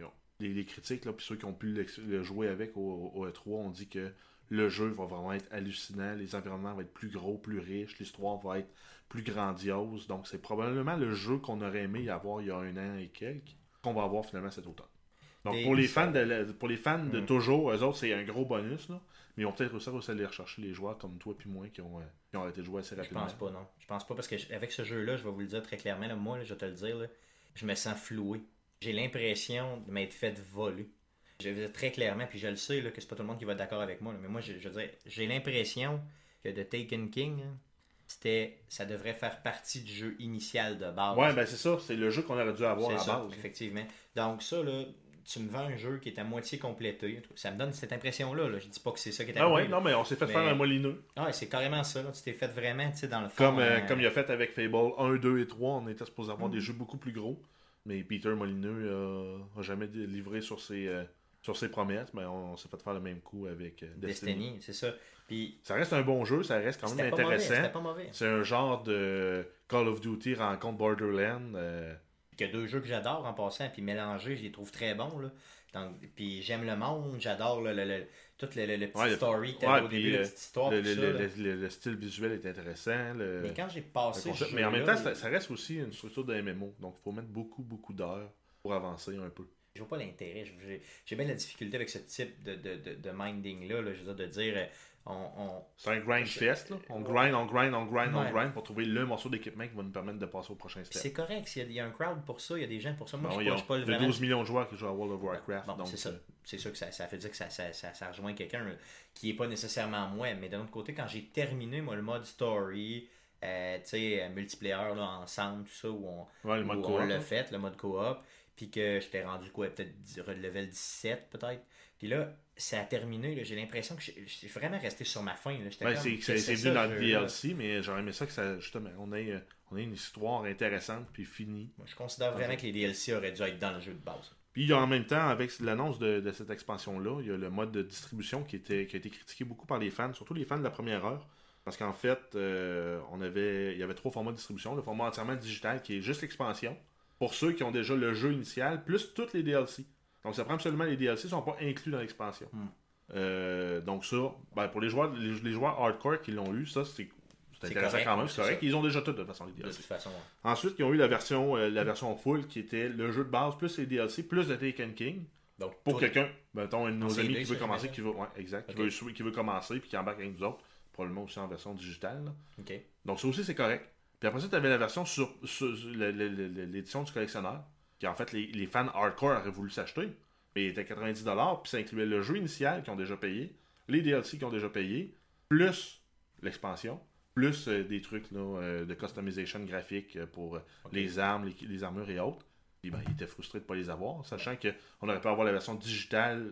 les critiques, là, puis ceux qui ont pu le jouer avec au E3 ont dit que le jeu va vraiment être hallucinant, les environnements vont être plus gros, plus riches, l'histoire va être plus grandiose. Donc, c'est probablement le jeu qu'on aurait aimé avoir il y a 1 an et quelques, qu'on va avoir finalement cet automne. Donc, pour les fans de toujours, eux autres, c'est un gros bonus, là. Mais ils ont peut-être réussi à aller rechercher les joueurs comme toi et moi qui ont arrêté de jouer assez rapidement. Je pense pas, non. Je pense pas parce que avec ce jeu-là, je vais vous le dire très clairement, là, moi, là, je vais te le dire, là, je me sens floué. J'ai l'impression de m'être fait voler. Je vais dire très clairement, puis je le sais là, que c'est pas tout le monde qui va être d'accord avec moi, là, mais moi, je veux dire, j'ai l'impression que The Taken King, hein, ça devrait faire partie du jeu initial de base. Ouais, ben c'est ça. C'est le jeu qu'on aurait dû avoir à ça, base. Effectivement. Donc ça, là, tu me vends un jeu qui est à moitié complété. Ça me donne cette impression-là. Là. Je dis pas que c'est ça qui est arrivé. Ah ouais, non, mais on s'est fait faire un molineux. Ah ouais, c'est carrément ça. Là. Tu t'es fait vraiment, tu sais, dans le fond. Comme il a fait avec Fable 1, 2 et 3, on était supposé avoir des jeux beaucoup plus gros. Mais Peter Molineux a jamais livré sur ses promesses. Mais on s'est fait faire le même coup avec Destiny. C'est ça. Puis, ça reste un bon jeu, ça reste quand même intéressant. C'était pas mauvais. C'est un genre de Call of Duty rencontre Borderlands. Il y a 2 jeux que j'adore en passant, puis mélangés, je les trouve très bons. Là. Donc, puis j'aime le monde, j'adore tout le petit story que t'avais au début, la petite histoire. Le style visuel est intéressant. Mais quand j'ai passé ce mais en même temps, ça reste aussi une structure de MMO. Donc, il faut mettre beaucoup d'heures pour avancer un peu. Je vois pas l'intérêt. J'ai bien la difficulté avec ce type de minding-là. Là, je veux dire, de dire... C'est un grind fest, là. On grind pour trouver le morceau d'équipement qui va nous permettre de passer au prochain step. C'est correct, il y a un crowd pour ça, il y a des gens pour ça. Moi, je suis pas vraiment... Il y a 12 millions de joueurs qui jouent à World of Warcraft. Bon, donc, c'est ça. C'est sûr que ça fait dire que ça rejoint quelqu'un qui n'est pas nécessairement moi. Mais d'un autre côté, quand j'ai terminé moi, le mode story, tu sais, multiplayer là, ensemble, tout ça, où on l'a fait, le mode coop, puis que j'étais rendu peut-être level 17 peut-être. Puis là, ça a terminé. Là, j'ai l'impression que j'ai vraiment resté sur ma fin. Là. C'est venu dans le DLC, mais j'aurais aimé ça que ça, justement, on ait une histoire intéressante puis finie. Moi, je considère vraiment que les DLC auraient dû être dans le jeu de base. Puis en même temps, avec l'annonce de cette expansion-là, il y a le mode de distribution qui a été critiqué beaucoup par les fans, surtout les fans de la première heure. Parce qu'en fait, il y avait 3 formats de distribution. Le format entièrement digital qui est juste l'expansion. Pour ceux qui ont déjà le jeu initial, plus tous les DLC. Donc, ça prend absolument les DLC ne sont pas inclus dans l'expansion. Donc, ça, ben, pour les joueurs hardcore qui l'ont eu, ça, c'est intéressant correct, quand même. C'est correct. Ils ont déjà tout de toute façon les DLC. De toute façon, ouais. Ensuite, ils ont eu la version full qui était le jeu de base, plus les DLC, plus de Taken King. Donc, pour quelqu'un, mettons, un de nos amis qui veut commencer, qui veut commencer puis qui embarque avec nous autres, probablement aussi en version digitale. Okay. Donc, ça aussi, c'est correct. Puis après ça, tu avais la version sur l'édition du collectionneur. Qui en fait, les fans hardcore auraient voulu s'acheter. Mais il était 90$, puis ça incluait le jeu initial qu'ils ont déjà payé, les DLC qu'ils ont déjà payé, plus l'expansion, plus des trucs là, de customization graphique pour les armes, les armures et autres. Puis il était frustré de ne pas les avoir, sachant qu'on aurait pu avoir la version digitale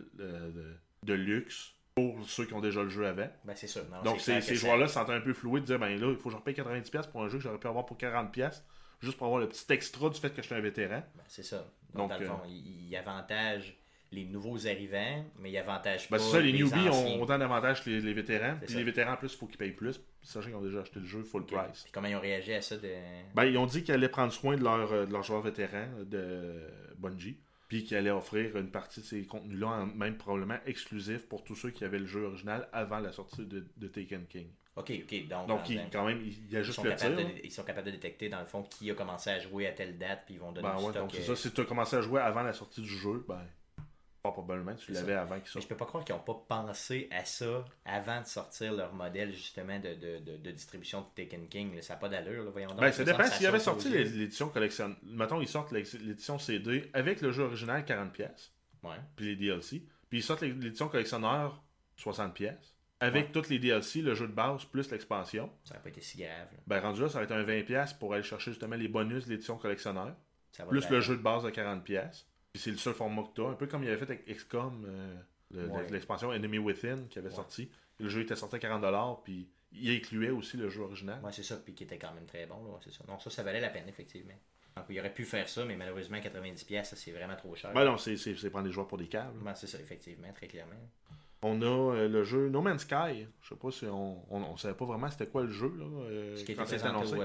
de luxe pour ceux qui ont déjà le jeu avant. Ben, c'est sûr. Non, donc ces joueurs-là se sentaient un peu floués de dire ben là, il faut que je repaye 90$ pour un jeu que j'aurais pu avoir pour 40$, juste pour avoir le petit extra du fait que je suis un vétéran. Ben, c'est ça. Donc dans le fond, il avantage les nouveaux arrivants, mais il avantage pas c'est ça, les newbies anciens. ont autant d'avantages que les vétérans. Puis les vétérans, en plus, il faut qu'ils payent plus. Sachant qu'ils ont déjà acheté le jeu full price. Puis comment ils ont réagi à ça ils ont dit qu'ils allaient prendre soin de leurs joueurs vétérans de Bungie. Puis qu'ils allaient offrir une partie de ces contenus-là, même probablement exclusif pour tous ceux qui avaient le jeu original avant la sortie de Taken King. OK. Donc quand même, il y a juste le tir. Ils sont capables de détecter, dans le fond, qui a commencé à jouer à telle date, puis ils vont donner du stock. Donc c'est ça, si tu as commencé à jouer avant la sortie du jeu, probablement tu l'avais avant qu'il sorte. Mais je peux pas croire qu'ils n'ont pas pensé à ça avant de sortir leur modèle, justement, de distribution de Taken King. Là. Ça n'a pas d'allure, là. Voyons donc. Ça dépend s'ils avaient sorti l'édition collection. Mettons, ils sortent l'édition CD avec le jeu original 40$. Ouais. Puis les DLC. Puis ils sortent l'édition collectionneur 60$. Avec toutes les DLC, le jeu de base plus l'expansion. Ça n'aurait pas été si grave. Rendu là, ça va être un 20$ pour aller chercher justement les bonus de l'édition collectionneur. Plus le jeu de base de 40$. Puis c'est le seul format que tu as. Un peu comme il avait fait avec XCOM, l'expansion Enemy Within qui avait sorti. Le jeu était sorti à 40$. Puis il incluait aussi le jeu original. Ouais, c'est ça. Puis qui était quand même très bon. Là. C'est ça. Donc ça valait la peine, effectivement. Donc, il aurait pu faire ça, mais malheureusement, 90$, ça, c'est vraiment trop cher. Non, c'est prendre des joueurs pour des câbles. C'est ça, effectivement, très clairement. On a le jeu No Man's Sky. Je sais pas si on savait pas vraiment c'était quoi le jeu. Là, ce qui était annoncé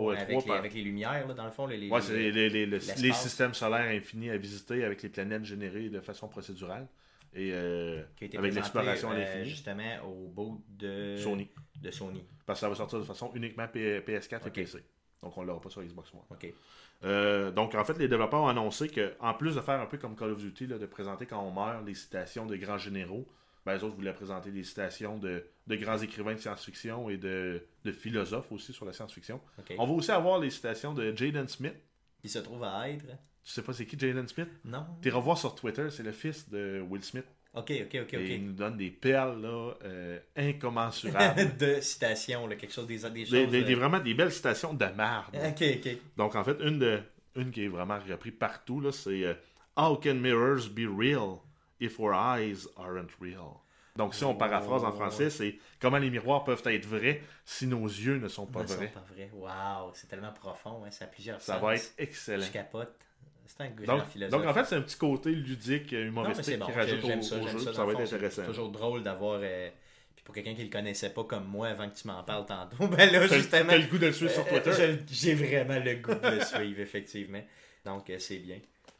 avec les lumières, là, dans le fond. C'est les systèmes solaires infinis à visiter avec les planètes générées de façon procédurale. Et qui a été avec l'exploration à l'infini. Justement au bout de Sony. Parce que ça va sortir de façon uniquement PS4 et PC. Donc on ne l'aura pas sur Xbox One. Okay. Donc en fait, les développeurs ont annoncé qu'en plus de faire un peu comme Call of Duty, là, de présenter quand on meurt les citations de grands généraux, les autres voulaient présenter des citations de grands écrivains de science-fiction et de philosophes aussi sur la science-fiction. Okay. On va aussi avoir les citations de Jaden Smith. Qui se trouve à être... Tu sais pas c'est qui Jaden Smith? Non. Tu iras voir sur Twitter, c'est le fils de Will Smith. OK. Et il nous donne des perles là, incommensurables. de citations, là, quelque chose des choses... Vraiment des belles citations de marde. OK. Donc en fait, une qui est vraiment reprise partout, là, c'est How can mirrors be real if our eyes aren't real? Donc si on paraphrase en français, c'est comment les miroirs peuvent être vrais si nos yeux ne sont pas vrais. Wow, c'est tellement profond, hein, ça a plusieurs sens. Ça va être excellent. Je capote. C'est un grand philosophe. Donc en fait, c'est un petit côté ludique, humoristique qui rajoute au jeu. Ça va être intéressant. C'est toujours drôle d'avoir... Puis pour quelqu'un qui le connaissait pas comme moi avant que tu m'en parles tantôt, ben là, justement... T'as le goût de le suivre sur Twitter? J'ai vraiment le goût de le suivre, effectivement. Donc c'est bien.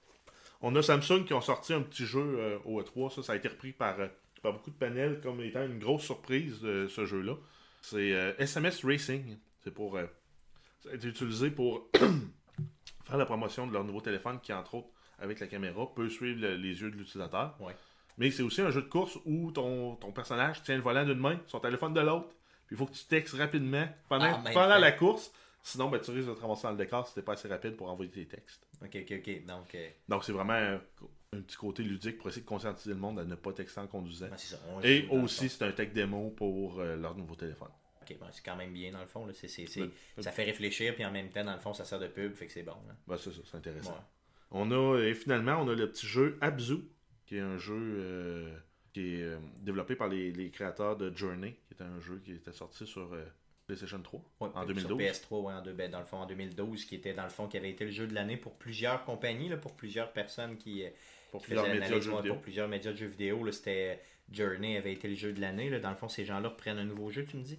On a Samsung qui ont sorti un petit jeu au E3. Ça a été repris par beaucoup de panels comme étant une grosse surprise de ce jeu-là. C'est SMS Racing. C'est pour... ça a été utilisé pour... faire la promotion de leur nouveau téléphone qui, entre autres, avec la caméra, peut suivre les yeux de l'utilisateur. Ouais. Mais c'est aussi un jeu de course où ton personnage tient le volant d'une main, son téléphone de l'autre, puis il faut que tu textes rapidement pendant la course. Sinon, tu risques de te ramasser dans le décor si t'es pas assez rapide pour envoyer tes textes. OK. Donc, c'est vraiment un petit côté ludique pour essayer de conscientiser le monde à ne pas texter en conduisant. Ben, c'est ça. Et aussi, c'est un tech démo pour leur nouveau téléphone. OK, c'est quand même bien dans le fond. Là. Ça fait réfléchir, puis en même temps, dans le fond, ça sert de pub, fait que c'est bon. Là. C'est ça, c'est intéressant. Ouais. Finalement, on a le petit jeu Abzu, qui est un jeu qui est développé par les créateurs de Journey, qui est un jeu qui était sorti sur PlayStation 3 en 2012. Sur PS3, dans le fond, en 2012, qui était dans le fond, qui avait été le jeu de l'année pour plusieurs compagnies, là, pour plusieurs personnes qui plusieurs médias de jeux vidéo. Là, c'était Journey avait été le jeu de l'année. Là. Dans le fond, ces gens-là reprennent un nouveau jeu, tu me dis?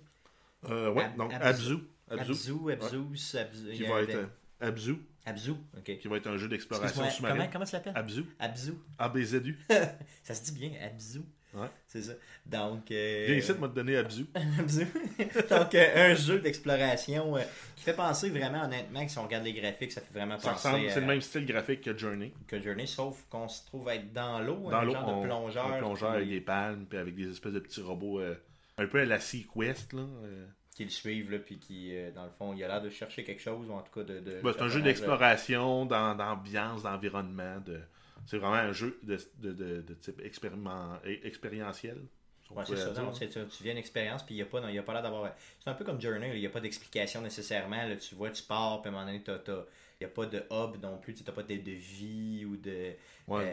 Donc Abzu. Qui va être Abzu. Abzu, OK. Qui va être un jeu d'exploration sous-marine. Comment ça s'appelle? Abzu. ABZU. Ça se dit bien, Abzu. Ouais. C'est ça. Donc... Viens ici de me donner Abzu. Abzu. Donc, un jeu d'exploration qui fait penser vraiment, honnêtement, que si on regarde les graphiques, ça fait vraiment penser... C'est le même style graphique que Journey. Sauf qu'on se trouve être dans l'eau, un genre de plongeur. Un plongeur avec des palmes, puis avec des espèces de petits robots, un peu à la Sequest, là. Qui le suivent, là, puis qui, dans le fond, il a l'air de chercher quelque chose, ou en tout cas de c'est un jeu d'exploration, d'ambiance, d'environnement. C'est vraiment un jeu de type expérientiel. Ouais, c'est ça. Non, tu viens une expérience, puis il n'y a pas l'air d'avoir... C'est un peu comme Journey, il n'y a pas d'explication nécessairement. Là, tu vois, tu pars, puis à un moment donné, il n'y a pas de hub non plus, tu n'as pas de vie ou de... Ouais,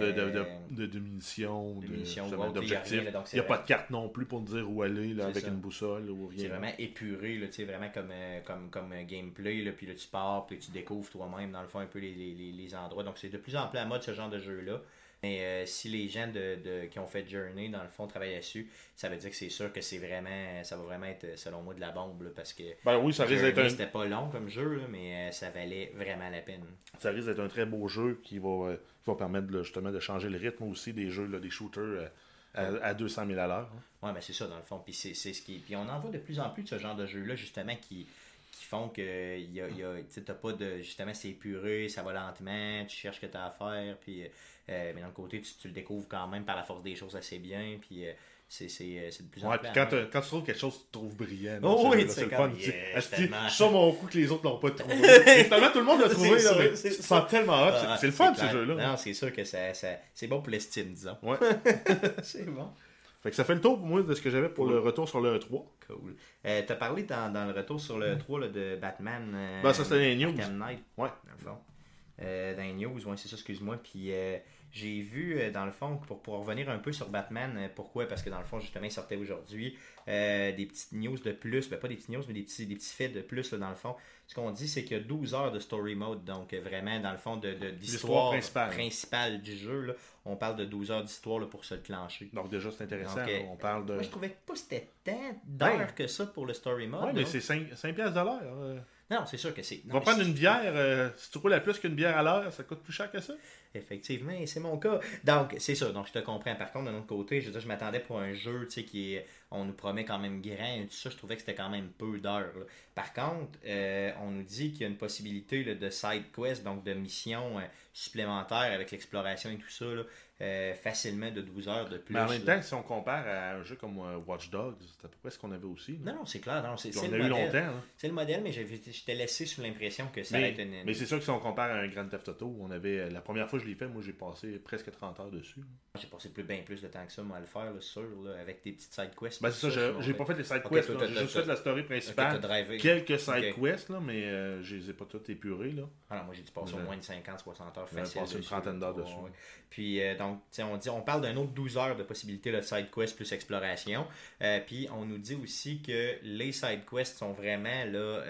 de munitions, d'objectifs. Il n'y a pas de carte non plus pour te dire où aller là, avec une boussole ou rien. C'est vraiment épuré, là, vraiment comme gameplay. Là, puis là, tu pars, puis tu découvres toi-même, dans le fond, un peu les endroits. Donc, c'est de plus en plus à mode ce genre de jeu-là. Mais si les gens qui ont fait Journey, dans le fond, travaillent dessus, ça veut dire que c'est sûr que ça va vraiment être, selon moi, de la bombe. Là, parce que oui, ça risque d'être c'était pas long comme jeu, là, mais ça valait vraiment la peine. Ça risque d'être un très beau jeu qui va permettre justement de changer le rythme aussi des jeux, là, des shooters à 200 000 à l'heure. Hein. Oui, mais c'est ça, dans le fond. Puis c'est ce qui. Puis on en voit de plus en plus de ce genre de jeux-là, justement, qui font que t'as pas de. Justement, c'est épuré, ça va lentement, tu cherches ce que tu as à faire, puis mais d'un côté, tu le découvres quand même par la force des choses assez bien, puis c'est de plus en plus. Puis quand tu trouves quelque chose que tu trouves brillant, c'est le fun. Je sors mon coup que les autres l'ont pas trouvé. Finalement, tout le monde l'a trouvé. Tu sens tellement hot. C'est le fun, ce jeu-là. Non, c'est sûr que c'est bon pour l'estime, disons. Ouais. C'est bon. Fait que ça fait le tour pour moi de ce que j'avais pour le retour sur le 3. Cool. T'as parlé dans le retour sur le 3 là, de Batman. Ça c'était les news. Knight, ouais. Dans le fond. Dans les news, ouais, c'est ça, excuse-moi. Puis j'ai vu, dans le fond, pour revenir un peu sur Batman, pourquoi? Parce que dans le fond, justement, il sortait aujourd'hui des petites news de plus. Pas des petites news, mais des petits faits de plus, là, dans le fond. Ce qu'on dit, c'est qu'il y a 12 heures de story mode. Donc, vraiment, dans le fond, d'histoire principale du jeu. Là, on parle de 12 heures d'histoire là, pour se le clencher. Donc, déjà, c'est intéressant. Donc, on parle de... Moi, je trouvais pas que c'était tant d'heures que ça pour le story mode. Oui, mais c'est 5 piastres de l'heure. Non, c'est sûr que c'est... On va prendre une bière, si tu roules à plus qu'une bière à l'heure, ça coûte plus cher que ça? Effectivement, et c'est mon cas. Donc, c'est ça. Donc, je te comprends. Par contre, d'un autre côté, je m'attendais pour un jeu, tu sais, qui est... On nous promet quand même grand et tout ça. Je trouvais que c'était quand même peu d'heures. Là. Par contre, on nous dit qu'il y a une possibilité là, de side quest, donc de missions supplémentaires avec l'exploration et tout ça, là, facilement de 12 heures de plus. Mais en même temps, si on compare à un jeu comme Watch Dogs, c'est à peu près ce qu'on avait aussi. Là. Non, c'est clair. Non, c'est on le a eu modèle. longtemps. Là. C'est le modèle, mais j'étais laissé sous l'impression que ça allait être une... Mais c'est sûr que si on compare à un Grand Theft Auto, on avait la première fois que je l'ai fait, moi j'ai passé presque 30 heures dessus. J'ai passé bien plus de temps que ça, moi, à le faire, là, sûr, là, avec des petites side quests. C'est ça, j'ai pas fait les side quests, j'ai juste fait la story principale. Quelques side quests, là, mais je les ai pas toutes épurées. Là. Alors, moi j'ai dû passer au moins de 50-60 heures facile. J'ai passé une trentaine d'heures dessus. Ouais. Puis, donc, on parle d'un autre 12 heures de possibilités de side quest plus exploration. Puis, on nous dit aussi que les side quests sont vraiment là.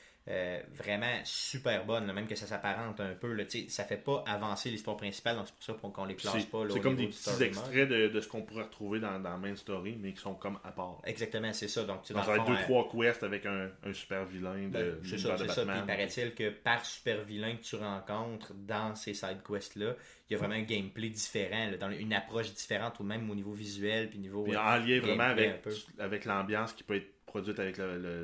Vraiment super bonne, là, même que ça s'apparente un peu. Là, ça fait pas avancer l'histoire principale, donc c'est pour ça qu'on les classe pas. Là, c'est comme des petits extraits de ce qu'on pourrait retrouver dans Main Story, mais qui sont comme à part. Exactement, c'est ça. Donc, ça va être 2-3 quests avec un super vilain de c'est ça. Puis paraît-il que par super vilain que tu rencontres dans ces side quests-là, il y a vraiment un gameplay différent, là, dans une approche différente, ou même au niveau visuel. Puis niveau, en lien vraiment avec l'ambiance qui peut être produite avec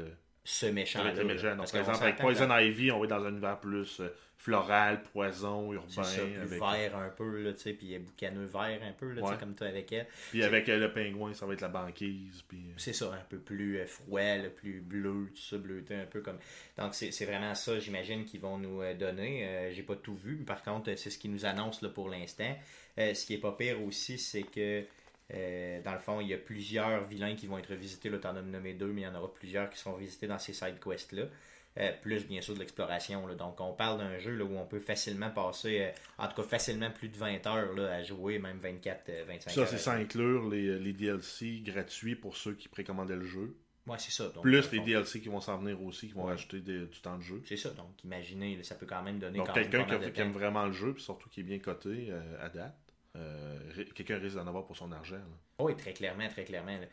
ce méchant. Avec le méchant. Donc, par exemple, avec Poison Ivy, on va être dans un univers plus floral, poison, urbain. C'est ça, plus vert un peu, là, puis boucaneux vert un peu, là, comme toi avec elle. Puis avec le pingouin, ça va être la banquise. Puis... C'est ça, un peu plus froid, plus bleu, tout ça, bleuté un peu comme... Donc c'est vraiment ça, j'imagine, qu'ils vont nous donner. J'ai pas tout vu, mais par contre, c'est ce qu'ils nous annoncent là, pour l'instant. Ce qui est pas pire aussi, c'est que dans le fond, il y a plusieurs vilains qui vont être visités. Là, t'en as nommé 2, mais il y en aura plusieurs qui seront visités dans ces side quests-là. Plus, bien sûr, de l'exploration. Là. Donc, on parle d'un jeu là, où on peut facilement passer, en tout cas, facilement plus de 20 heures là, à jouer, même 24, 25 heures. Ça, c'est sans inclure les DLC gratuits pour ceux qui précommandaient le jeu. Ouais, c'est ça. Donc, plus les DLC qui vont s'en venir aussi, qui vont rajouter du temps de jeu. C'est ça. Donc, imaginez, là, ça peut quand même donner... Donc, quelqu'un qui aime vraiment le jeu, puis surtout qui est bien coté à date. Quelqu'un risque d'en avoir pour son argent. Là. Oui, très clairement, très clairement. Là.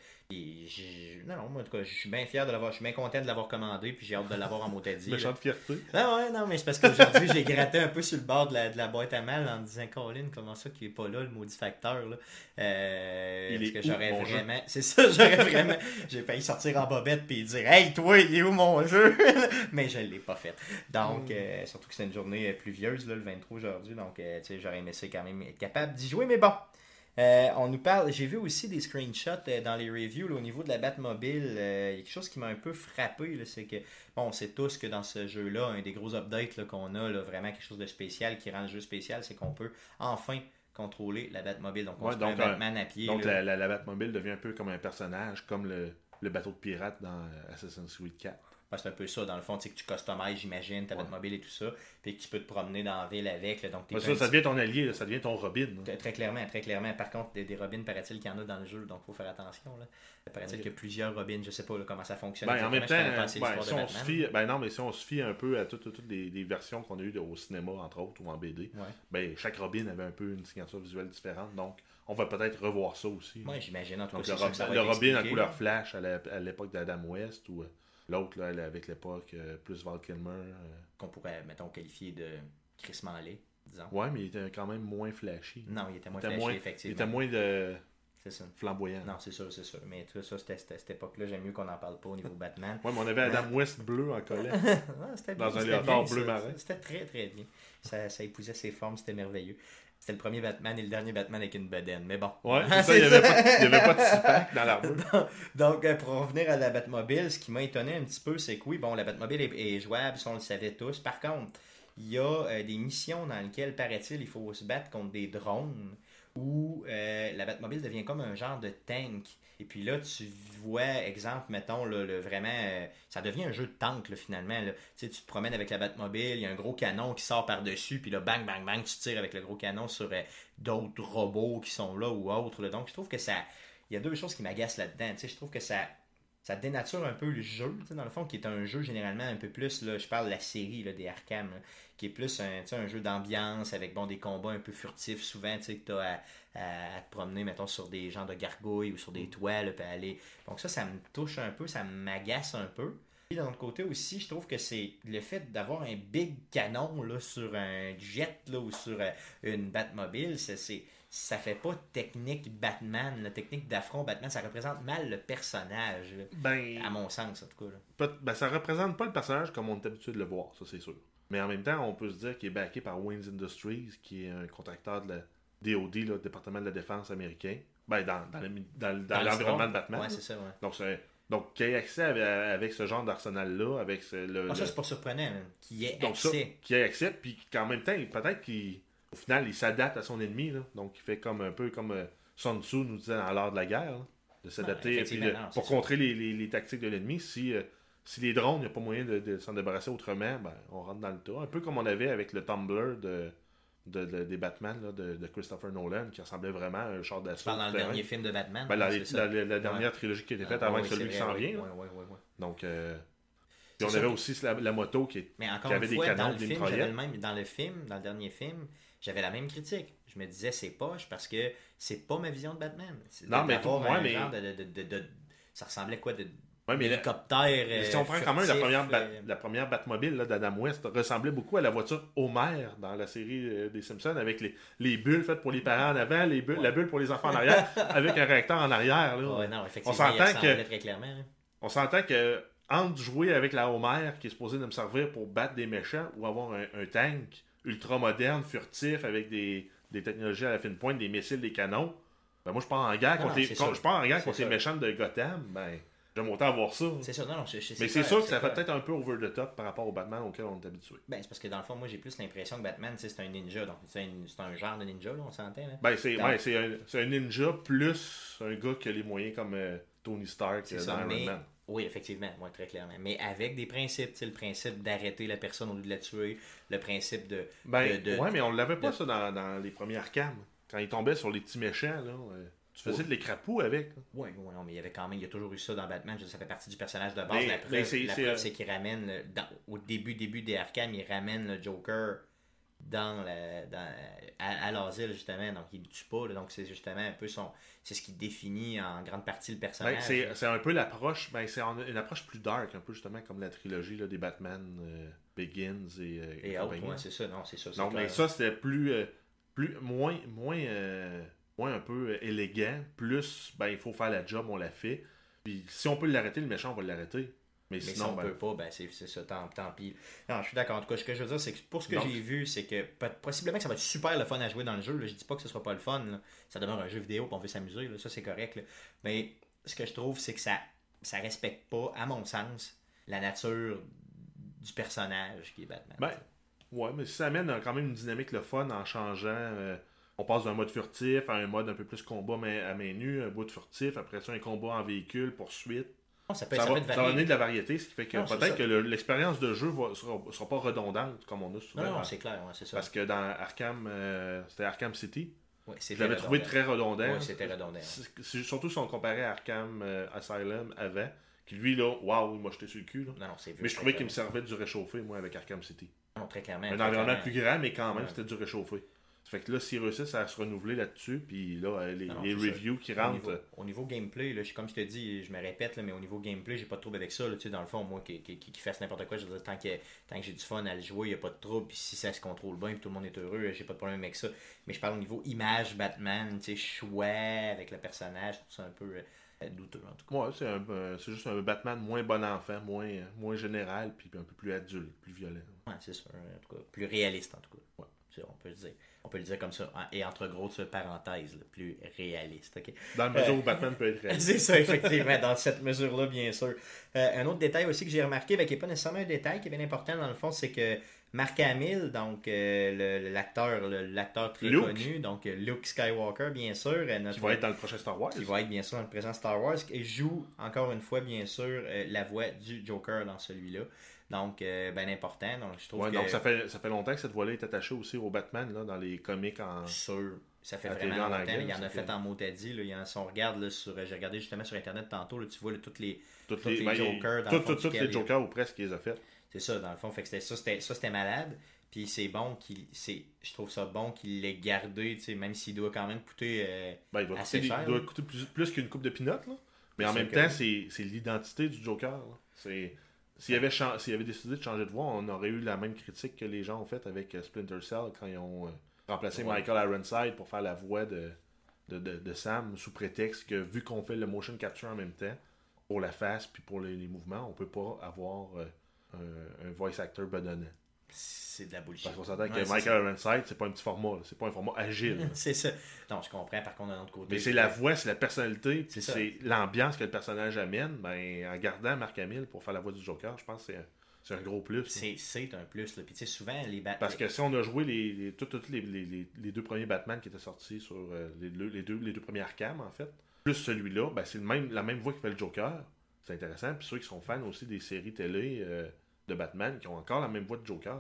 Non, moi, en tout cas, je suis bien fier de l'avoir, je suis bien content de l'avoir commandé, puis j'ai hâte de l'avoir en motadie. Méchante fierté. Non, mais c'est parce qu'aujourd'hui, j'ai gratté un peu sur le bord de la boîte à mal en me disant, Colin, comment ça qu'il est pas là, le maudit facteur, là. Parce que j'aurais vraiment... C'est ça, j'aurais vraiment... J'ai failli sortir en bobette puis dire, hey, toi, il est où mon jeu? Mais je l'ai pas fait. Donc, surtout que c'est une journée pluvieuse, là, le 23 aujourd'hui, donc, j'aurais aimé ça quand même être capable d'y jouer, mais bon. On nous parle, j'ai vu aussi des screenshots dans les reviews là, au niveau de la Batmobile. Il y a quelque chose qui m'a un peu frappé, là, c'est que, bon, on sait tous que dans ce jeu-là, un des gros updates là, qu'on a, là, vraiment quelque chose de spécial qui rend le jeu spécial, c'est qu'on peut enfin contrôler la Batmobile. Donc, on se met un Batman à pied. Donc, la Batmobile devient un peu comme un personnage, comme le bateau de pirate dans Assassin's Creed 4. C'est un peu ça, dans le fond, tu sais, que tu customises, j'imagine, ta Batmobile et tout ça, puis que tu peux te promener dans la ville avec. Là, donc ça devient ton allié, là, ça devient ton Robin. Très clairement, très clairement. Par contre, des Robins, paraît-il qu'il y en a dans le jeu, donc il faut faire attention. Là. Paraît-il qu'il y a plusieurs Robins, je sais pas là, comment ça fonctionne. En même temps, si on se fie un peu à toutes les versions qu'on a eues au cinéma, entre autres, ou en BD, chaque Robin avait un peu une signature visuelle différente, donc on va peut-être revoir ça aussi. Oui, j'imagine. En tout cas, le Robin en couleur flash à l'époque d'Adam West, ou l'autre là, avec l'époque plus Val Kilmer. Qu'on pourrait, mettons, qualifier de Chris Manley, disons. Ouais, mais il était quand même moins flashy. Non, il était moins flashy, effectivement. Il était moins de... C'est ça. Flamboyant. Non, c'est sûr. Mais tout ça, c'était cette époque-là. J'aime mieux qu'on n'en parle pas au niveau Batman. Ouais, mais on avait Adam West bleu en collet. C'était bien, dans un léotard bleu marin. C'était très, très bien. Ça épousait ses formes, c'était merveilleux. C'était le premier Batman et le dernier Batman avec une bedaine. Mais bon. Ouais, c'est ça, il n'y avait pas de six-pack dans l'armure. Donc, pour revenir à la Batmobile, ce qui m'a étonné un petit peu, c'est que oui, bon, la Batmobile est jouable, ça on le savait tous. Par contre, il y a des missions dans lesquelles, paraît-il, il faut se battre contre des drones où la Batmobile devient comme un genre de tank. Et puis là, tu vois, exemple, mettons, vraiment, ça devient un jeu de tank, là, finalement. Là. Tu te promènes avec la Batmobile, il y a un gros canon qui sort par-dessus, puis là, bang, bang, bang, tu tires avec le gros canon sur d'autres robots qui sont là ou autres. Là. Donc, je trouve que ça... Il y a deux choses qui m'agacent là-dedans. Tu sais, je trouve que ça dénature un peu le jeu, dans le fond, qui est un jeu généralement un peu plus, là, je parle de la série là, des Arkham, là, qui est plus un jeu d'ambiance avec des combats un peu furtifs, souvent, que tu as à te promener, mettons, sur des genres de gargouilles ou sur des toits, là, puis aller... Donc ça me touche un peu, ça m'agace un peu. Et d'un autre côté aussi, je trouve que c'est le fait d'avoir un big canon là, sur un jet là, ou sur une Batmobile, ça fait pas technique Batman, la technique d'affront Batman, ça représente mal le personnage, à mon sens en tout cas. Ça représente pas le personnage comme on est habitué de le voir, ça c'est sûr. Mais en même temps, on peut se dire qu'il est backé par Wayne Industries, qui est un contracteur de la DOD, le département de la défense américain, dans l'environnement de Batman. Ouais, c'est ça, ouais. Donc, qu'il ait accès avec ce genre d'arsenal-là, avec ça, c'est pas surprenant, qu'il ait accès. Qu'il ait accès, puis qu'en même temps, peut-être qu'au final, il s'adapte à son ennemi. Là. Donc, il fait un peu comme Sun Tzu nous disait dans l'art de la guerre, là, de s'adapter pour contrer les tactiques de l'ennemi. Si les drones, il n'y a pas moyen de s'en débarrasser autrement, on rentre dans le tas. Un peu comme on avait avec le Tumblr des Batman là, de Christopher Nolan, qui ressemblait vraiment à un char d'assaut. Tu parles dans le dernier film de Batman? La dernière trilogie qui a été faite avant que celui qui s'en vient. Donc, puis on avait aussi la moto qui avait des canons, des mitraillettes. Dans le dernier film, j'avais la même critique. Je me disais, c'est poche parce que c'est pas ma vision de Batman. Ça ressemblait quoi de... Ouais, mais l'hélicoptère. Si on prend quand même la première Batmobile là, d'Adam West, ressemblait beaucoup à la voiture Homer dans la série des Simpsons, avec les bulles faites pour les parents en avant, la bulle pour les enfants en arrière, avec un réacteur en arrière. Là. Ouais, non, effectivement, on s'entend que entre jouer avec la Homer, qui est supposée de me servir pour battre des méchants, ou avoir un tank ultra moderne, furtif, avec des technologies à la fine pointe, des missiles, des canons, moi je pars en guerre contre les méchants de Gotham, j'aime autant avoir ça. C'est sûr, non, mais c'est sûr que ça fait peut-être un peu over the top par rapport au Batman auquel on est habitué. C'est parce que dans le fond, moi j'ai plus l'impression que Batman, c'est un ninja, donc c'est un genre de ninja, là, on s'entend. Là. C'est un ninja plus un gars qui a les moyens comme Tony Stark dans Iron Man. Oui, effectivement, moi très clairement. Mais avec des principes, le principe d'arrêter la personne au lieu de la tuer, le principe de... Oui, mais on ne l'avait pas ça dans les premiers Arkham. Quand il tombait sur les petits méchants, là... Tu faisais de l'écrapou avec. Oui, mais il y a toujours eu ça dans Batman. Ça fait partie du personnage de base. La preuve, c'est qu'il ramène, au début des Arkham, il ramène le Joker à l'asile, justement. Donc, il ne le tue pas. Là, donc, c'est justement un peu c'est ce qui définit en grande partie le personnage. C'est un peu l'approche. C'est une approche plus dark, un peu justement comme la trilogie là, des Batman Begins et autres. Ouais, c'est ça. Non, c'est ça. Donc, mais ça, c'était moins un peu élégant, plus il faut faire la job, on l'a fait. Puis si on peut l'arrêter, le méchant, on va l'arrêter. Mais sinon, si on peut pas, c'est ça, tant pis. Non, je suis d'accord. En tout cas, ce que je veux dire, c'est que pour ce que j'ai vu, c'est que possiblement que ça va être super le fun à jouer dans le jeu. Là. Je dis pas que ce sera pas le fun. Là. Ça demeure un jeu vidéo, puis on veut s'amuser. Là. Ça, c'est correct. Là. Mais ce que je trouve, c'est que ça respecte pas, à mon sens, la nature du personnage qui est Batman. Ouais, mais si ça amène quand même une dynamique le fun en changeant... on passe d'un mode furtif à un mode un peu plus combat à main nue, un bout de furtif, après ça un combat en véhicule, poursuite. Ça peut Ça être va varié. amener de la variété, ce qui fait que Non, c'est peut-être ça. que l'expérience de jeu sera pas redondante comme on a souvent. Non, c'est clair, ouais, c'est ça. Parce que dans Arkham, c'était Arkham City. Ouais, Je l'avais trouvé très redondant. Oui, c'était redondant. Surtout si on comparait à Arkham Asylum avant, qui lui, là, waouh, il m'a jeté sur le cul. Là. Non, c'est vieux, Mais je trouvais qu'il me servait du réchauffé, moi, avec Arkham City. Non, très clairement. Un environnement plus grand, mais quand même, c'était du réchauffé. Ça fait que là, s'ils réussissent à se renouveler là-dessus, puis là, les reviews qui rentrent. Au niveau gameplay, là, comme je te dis, je me répète, là, mais au niveau gameplay, j'ai pas de trouble avec ça. Là, dans le fond, moi qui fasse n'importe quoi, je veux dire, tant que j'ai du fun à le jouer, il n'y a pas de trouble. Puis si ça se contrôle bien, puis tout le monde est heureux, j'ai pas de problème avec ça. Mais je parle au niveau image, Batman, choix avec le personnage, tout ça un peu douteux en tout cas. Ouais, c'est juste un Batman moins bon enfant, moins général, puis un peu plus adulte, plus violent. Ouais, c'est sûr. En tout cas, plus réaliste en tout cas. Ouais, on peut le dire. On peut le dire comme ça, et entre grosses parenthèses, plus réaliste. Okay? Dans la mesure où Batman peut être réaliste. C'est ça, effectivement, dans cette mesure-là, bien sûr. Un autre détail aussi que j'ai remarqué, qui n'est pas nécessairement un détail, qui est bien important dans le fond, c'est que Mark Hamill, donc l'acteur très connu, donc Luke Skywalker, bien sûr. Qui va être dans le prochain Star Wars. Qui va être bien sûr dans le présent Star Wars, et joue encore une fois, bien sûr, la voix du Joker dans celui-là. Donc, bien important. Donc, je trouve que... Donc, ça fait longtemps que cette voix-là est attachée aussi au Batman, là, dans les comics en... Sûr. Ça fait vraiment longtemps. Il y en a fait en motadis. Si on regarde, là, j'ai regardé justement sur Internet tantôt, là, tu vois là, tous les Jokers. Tous les Jokers, ou presque, ils les ont fait. C'est ça, dans le fond. Fait que c'était malade. Puis c'est bon je trouve ça bon qu'il l'ait gardé, même s'il doit quand même coûter assez cher. Il doit coûter plus qu'une coupe de peanuts, là. Mais en même temps, c'est l'identité du Joker. Là. S'il avait décidé de changer de voix, on aurait eu la même critique que les gens ont faite avec Splinter Cell quand ils ont remplacé Michael Ironside pour faire la voix de Sam, sous prétexte que vu qu'on fait le motion capture en même temps, pour la face puis pour les mouvements, on peut pas avoir un voice actor bedonnant. C'est de la bullshit. Parce qu'on s'entend que Michael Ironside, c'est pas un petit format, c'est pas un format agile. C'est ça. Non, je comprends, par contre, d'un autre côté. Mais c'est la voix, c'est la personnalité, c'est l'ambiance que le personnage amène. Ben, en gardant Mark Hamill pour faire la voix du Joker, je pense que c'est un gros plus. C'est un plus. Là. Puis tu sais, souvent, les Batman... Parce que si on a joué tous les deux premiers Batman qui étaient sortis sur les deux premiers Arkham, en fait, plus celui-là, ben, c'est la même voix qui fait le Joker. C'est intéressant. Puis ceux qui sont fans aussi des séries télé de Batman, qui ont encore la même voix de Joker,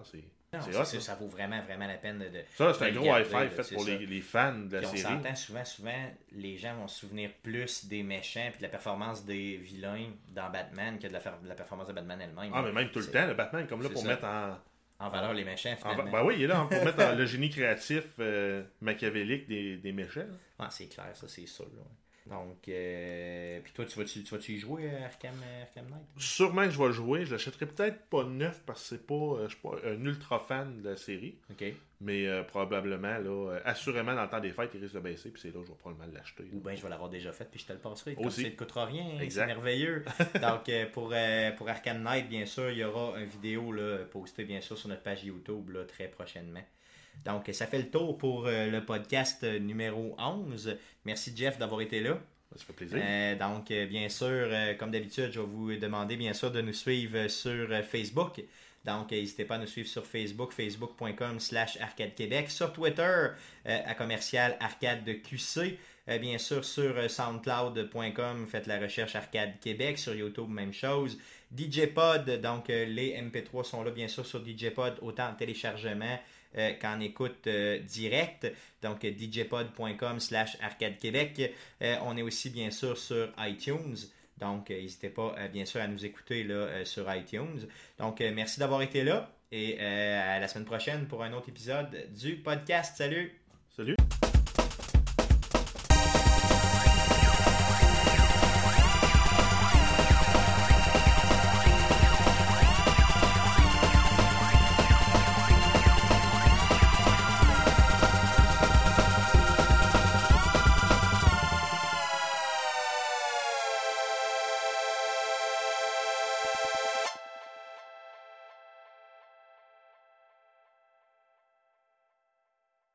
ça vaut vraiment, vraiment la peine de ça, c'est un gros high five fait pour les fans de la puis série. On s'entend souvent, les gens vont se souvenir plus des méchants puis de la performance des vilains dans Batman que de la performance de Batman elle-même. Ah, mais même tout le temps, le Batman, comme là, pour mettre en valeur les méchants, finalement. Ben oui, il est là pour mettre le génie créatif machiavélique des méchants. Ah, c'est clair, ça, c'est sûr. Ouais. Donc, puis toi, tu vas-tu y jouer Arkham Knight? Sûrement que je vais le jouer. Je l'achèterai peut-être pas neuf parce que je suis pas un ultra fan de la série. OK. Mais probablement, là, assurément, dans le temps des fêtes, il risque de baisser. Puis c'est là que je vais probablement l'acheter. Ou bien je vais l'avoir déjà fait puis je te le passerai. Aussi. Ça ne te coûtera rien. C'est merveilleux. Donc, pour Arkham Knight, bien sûr, il y aura une vidéo là, postée, bien sûr, sur notre page YouTube là, très prochainement. Donc, ça fait le tour pour le podcast numéro 11. Merci, Jeff, d'avoir été là. Ça fait plaisir. Donc, bien sûr, comme d'habitude, je vais vous demander, bien sûr, de nous suivre sur Facebook. Donc, n'hésitez pas à nous suivre sur Facebook, facebook.com/arcadequebec. Sur Twitter, à commercial arcade de QC. Bien sûr, sur soundcloud.com, faites la recherche Arcade Québec. Sur YouTube, même chose. DJpod, donc les MP3 sont là, bien sûr, sur DJpod, autant en téléchargement qu'en écoute direct. Donc, djpod.com/arcadequebec. On est aussi, bien sûr, sur iTunes. Donc, n'hésitez pas, bien sûr, à nous écouter là, sur iTunes. Donc, merci d'avoir été là et à la semaine prochaine pour un autre épisode du podcast. Salut!